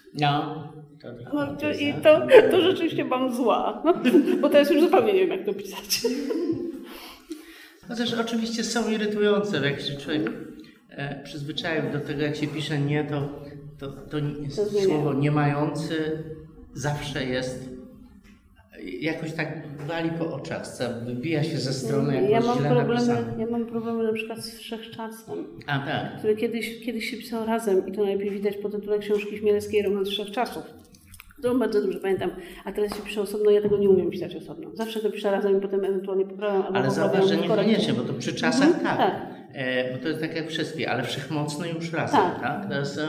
I to rzeczywiście byłam zła, bo teraz już zupełnie nie wiem, jak to pisać. Chociaż oczywiście są irytujące, jak się człowiek przyzwyczaił do tego, jak się pisze nie, to słowo nie mający zawsze jest jakoś tak wali po oczach, wybija się ze strony, jak źle napisane. Ja mam problemy na przykład z wszechczasem, tak. który kiedyś się pisało razem i to najlepiej widać po tytule książki Chmielewskiej Romans Wszechczasów. To bardzo dobrze pamiętam, a teraz się pisze osobno, ja tego nie umiem pisać osobno. Zawsze to piszę razem i potem ewentualnie poprawiam. Ale zauważ, że niekoniecznie, bo to przy czasach tak. Bo to jest tak jak wszystkie, ale wszechmocno już razem, tak? To jest,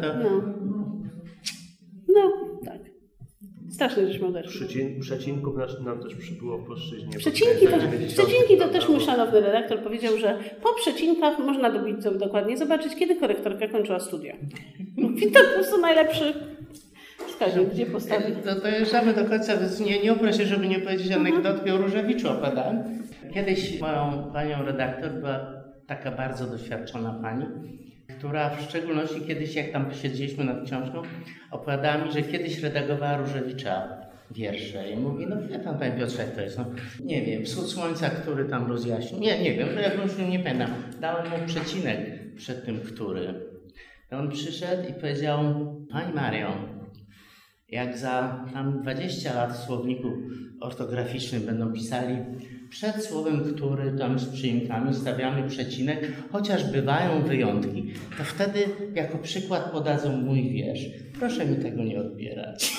tak. Strasznie żeśmy odeszli. Przecinków nam też przybyło w płaszczyźnie. Przecinki to też mój szanowny redaktor powiedział, że po przecinkach można dokładnie zobaczyć, kiedy korektorka kończyła studia. I to po prostu najlepszy wskaźnik, gdzie postawić. Dojeżdżamy do końca, więc nie uprę się, żeby nie powiedzieć anegdotki o Różewiczu opowiadałem. Kiedyś moją panią redaktor była taka bardzo doświadczona pani, która w szczególności kiedyś, jak tam siedzieliśmy nad książką, opowiadała mi, że kiedyś redagowała Różewicza wiersze i mówi, wie pan, panie Piotrze, jak to jest? Nie wiem, wschód słońca, który tam rozjaśnił. Nie wiem, że jak już nie pamiętam. Dałem mu przecinek przed tym, który. On przyszedł i powiedział, pani Mario, jak za tam 20 lat w słowniku ortograficznym będą pisali przed słowem, który tam z przyimkami stawiamy przecinek, chociaż bywają wyjątki, to wtedy jako przykład podadzą mój wiersz. Proszę mi tego nie odbierać.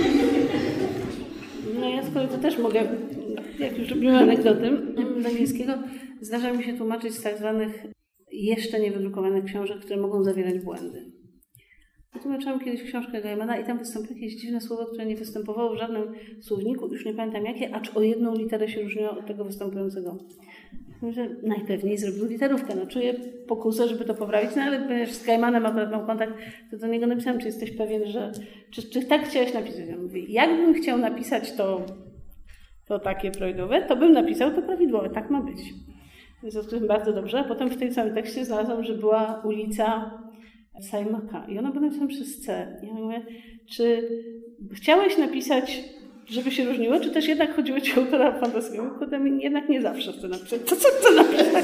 No ja z kolei to też mogę, jak już robimy anegdoty z angielskiego, zdarza mi się tłumaczyć z tak zwanych jeszcze niewydrukowanych książek, które mogą zawierać błędy. Tłumaczyłam kiedyś książkę Gaimana i tam wystąpiło jakieś dziwne słowo, które nie występowało w żadnym słowniku, już nie pamiętam jakie, acz o jedną literę się różniło od tego występującego. Że najpewniej zrobił literówkę. Czuję pokusę, żeby to poprawić, ale z Gaimanem akurat mam kontakt, to do niego napisałam, czy jesteś pewien, że... Czy tak chciałeś napisać? Ja mówię, jakbym chciał napisać to takie prawidłowe, to bym napisał to prawidłowe. Tak ma być. W związku z tym bardzo dobrze. A potem w tym samym tekście znalazłam, że była ulica Sajmaka. I ona była napisana przez C. Ja mówię, czy chciałeś napisać, żeby się różniło, czy też jednak chodziło ci o autora fantastycznego? Potem jednak nie zawsze chcę napisać. Co chcę napisać?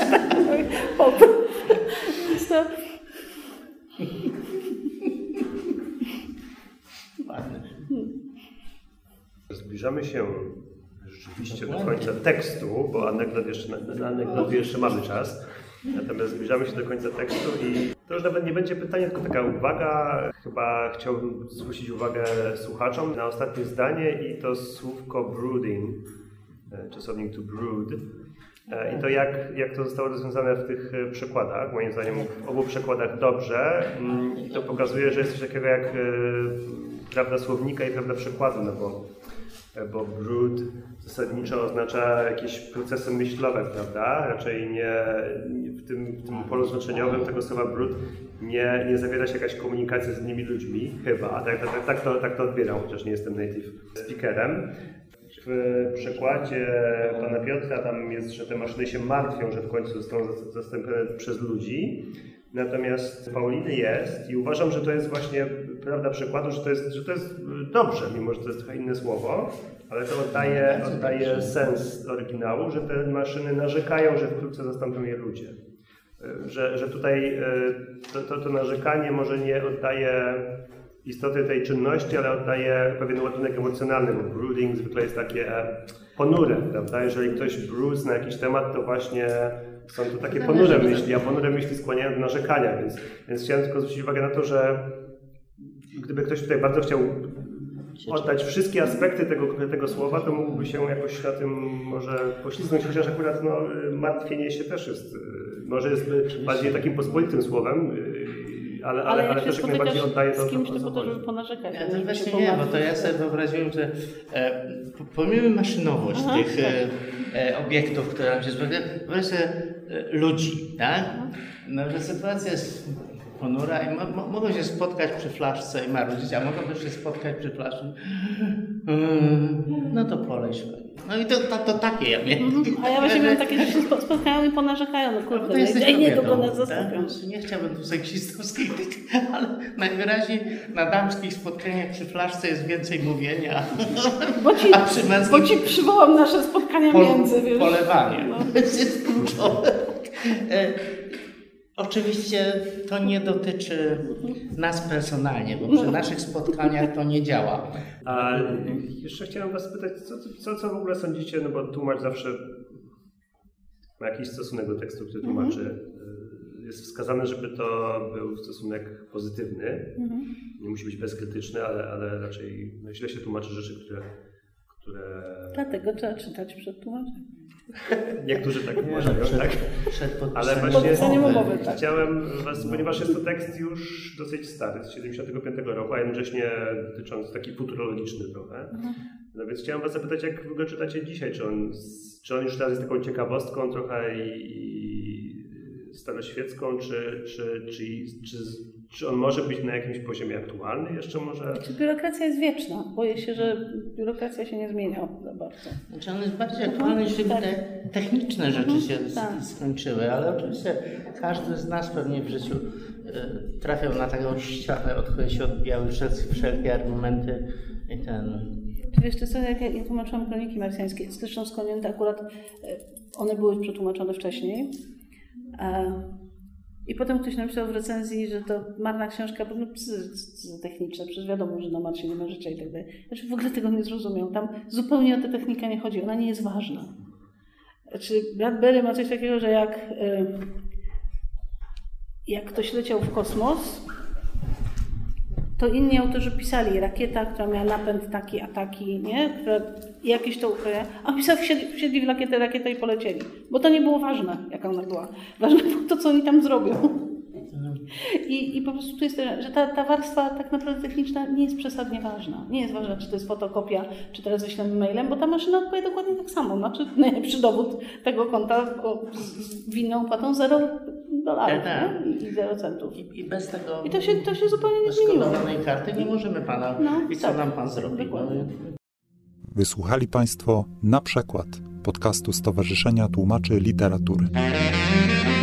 To... Zbliżamy się rzeczywiście do końca tekstu, bo na anegdoty jeszcze mamy czas. Natomiast zbliżamy się do końca tekstu i to już nawet nie będzie pytanie, tylko taka uwaga. Chyba chciałbym zwrócić uwagę słuchaczom na ostatnie zdanie i to słówko brooding, czasownik to brood. I to jak to zostało rozwiązane w tych przekładach, moim zdaniem w obu przekładach dobrze. To pokazuje, że jest coś takiego jak prawda słownika i prawda przekładu, no bo brood zasadniczo oznacza jakieś procesy myślowe, prawda? Raczej nie w tym polu znaczeniowym tego słowa brood nie zawiera się jakaś komunikacja z innymi ludźmi, chyba. Tak to odbieram, chociaż nie jestem native speakerem. W przekładzie pana Piotra tam jest, że te maszyny się martwią, że w końcu zostaną zastąpione przez ludzi. Natomiast Pauliny jest i uważam, że to jest właśnie prawda przekładu, że to jest dobrze, mimo że to jest trochę inne słowo, ale to oddaje sens oryginału, że te maszyny narzekają, że wkrótce zastąpią je ludzie. Że tutaj to narzekanie może nie oddaje istoty tej czynności, ale oddaje pewien ładunek emocjonalny, bo brooding zwykle jest takie ponure, prawda? Jeżeli ktoś brood na jakiś temat, to właśnie są to takie ponure myśli, a ponure myśli skłaniają do narzekania, więc chciałem tylko zwrócić uwagę na to, że gdyby ktoś tutaj bardzo chciał oddać wszystkie aspekty tego słowa, to mógłby się jakoś na tym może poślizgnąć, chociaż akurat martwienie się też jest, może jest bardziej takim pospolitym słowem, ale też jak najbardziej oddaje to, z kimś, to to po to, żeby ponarzekać. Ja też właśnie nie, bo to ja sobie wyobraziłem, że pomijmy maszynowość tych obiektów, które nam się spotykają, wyobraź sobie ludzi, tak? No, że sytuacja jest ponura i mogą się spotkać przy flaszce i marudzić, a mogą też się spotkać przy flaszce. No to poleć. No i to takie ja miałem. A ja właśnie miałem takie, że się spotkają i ponarzekają. No kurde, to jesteś nie do nas zastąpią. Nie chciałbym tu seksistowskiej, ale najwyraźniej na damskich spotkaniach przy flaszce jest więcej mówienia. Bo ci przywołam nasze spotkania między, wiesz. Polewanie. No. To jest kluczowe. Oczywiście to nie dotyczy nas personalnie, bo przy naszych spotkaniach to nie działa. A jeszcze chciałem was spytać, co w ogóle sądzicie, no bo tłumacz zawsze ma jakiś stosunek do tekstu, który tłumaczy. Jest wskazane, żeby to był stosunek pozytywny. Nie musi być bezkrytyczny, ale raczej źle się tłumaczy rzeczy, które... Dlatego trzeba czytać przed tłumaczeniem. Niektórzy tak uważają, tak? Ale właśnie chciałem was, ponieważ jest to tekst już dosyć stary, z 75 roku, a jednocześnie dotyczący taki futurologiczny trochę. No więc chciałem was zapytać, jak wy go czytacie dzisiaj? Czy on już teraz jest taką ciekawostką trochę i staroświecką, czy on może być na jakimś poziomie aktualny jeszcze może? Biurokracja jest wieczna. Boję się, że biurokracja się nie zmienia za bardzo. Znaczy on jest bardziej aktualny, jeśli te techniczne rzeczy się skończyły, ale oczywiście każdy z nas pewnie w życiu trafiał na taką ścianę, od której się odbijały wszelkie argumenty i Wiesz, to jak ja tłumaczyłam Kroniki Marsjańskie, zresztą skądinąd akurat one były przetłumaczone wcześniej. I potem ktoś napisał w recenzji, że to marna książka, bo techniczna, przecież wiadomo, że na Marsie nie ma życia i tak dalej. Znaczy w ogóle tego nie zrozumiał. Tam zupełnie o tę technikę nie chodzi, ona nie jest ważna. Znaczy Bradbury ma coś takiego, że jak ktoś leciał w kosmos, to inni autorzy pisali rakieta, która miała napęd taki, a taki, nie? Jakieś to ukrojenia. A pisał, wsiedli w rakietę i polecieli. Bo to nie było ważne, jaka ona była. Ważne było to, co oni tam zrobią. I po prostu tu jest, że ta warstwa tak naprawdę techniczna nie jest przesadnie ważna. Nie jest ważna, czy to jest fotokopia, czy teraz wyślemy mailem, bo ta maszyna odpowie dokładnie tak samo. Znaczy najlepszy dowód tego konta z winną opłatą $0 i 0 centów. I bez tego I to się zupełnie nie zmieniło. Skanowanej karty nie możemy pana. I co nam pan zrobi? Wysłuchali Państwo Na Przekład podcastu Stowarzyszenia Tłumaczy Literatury.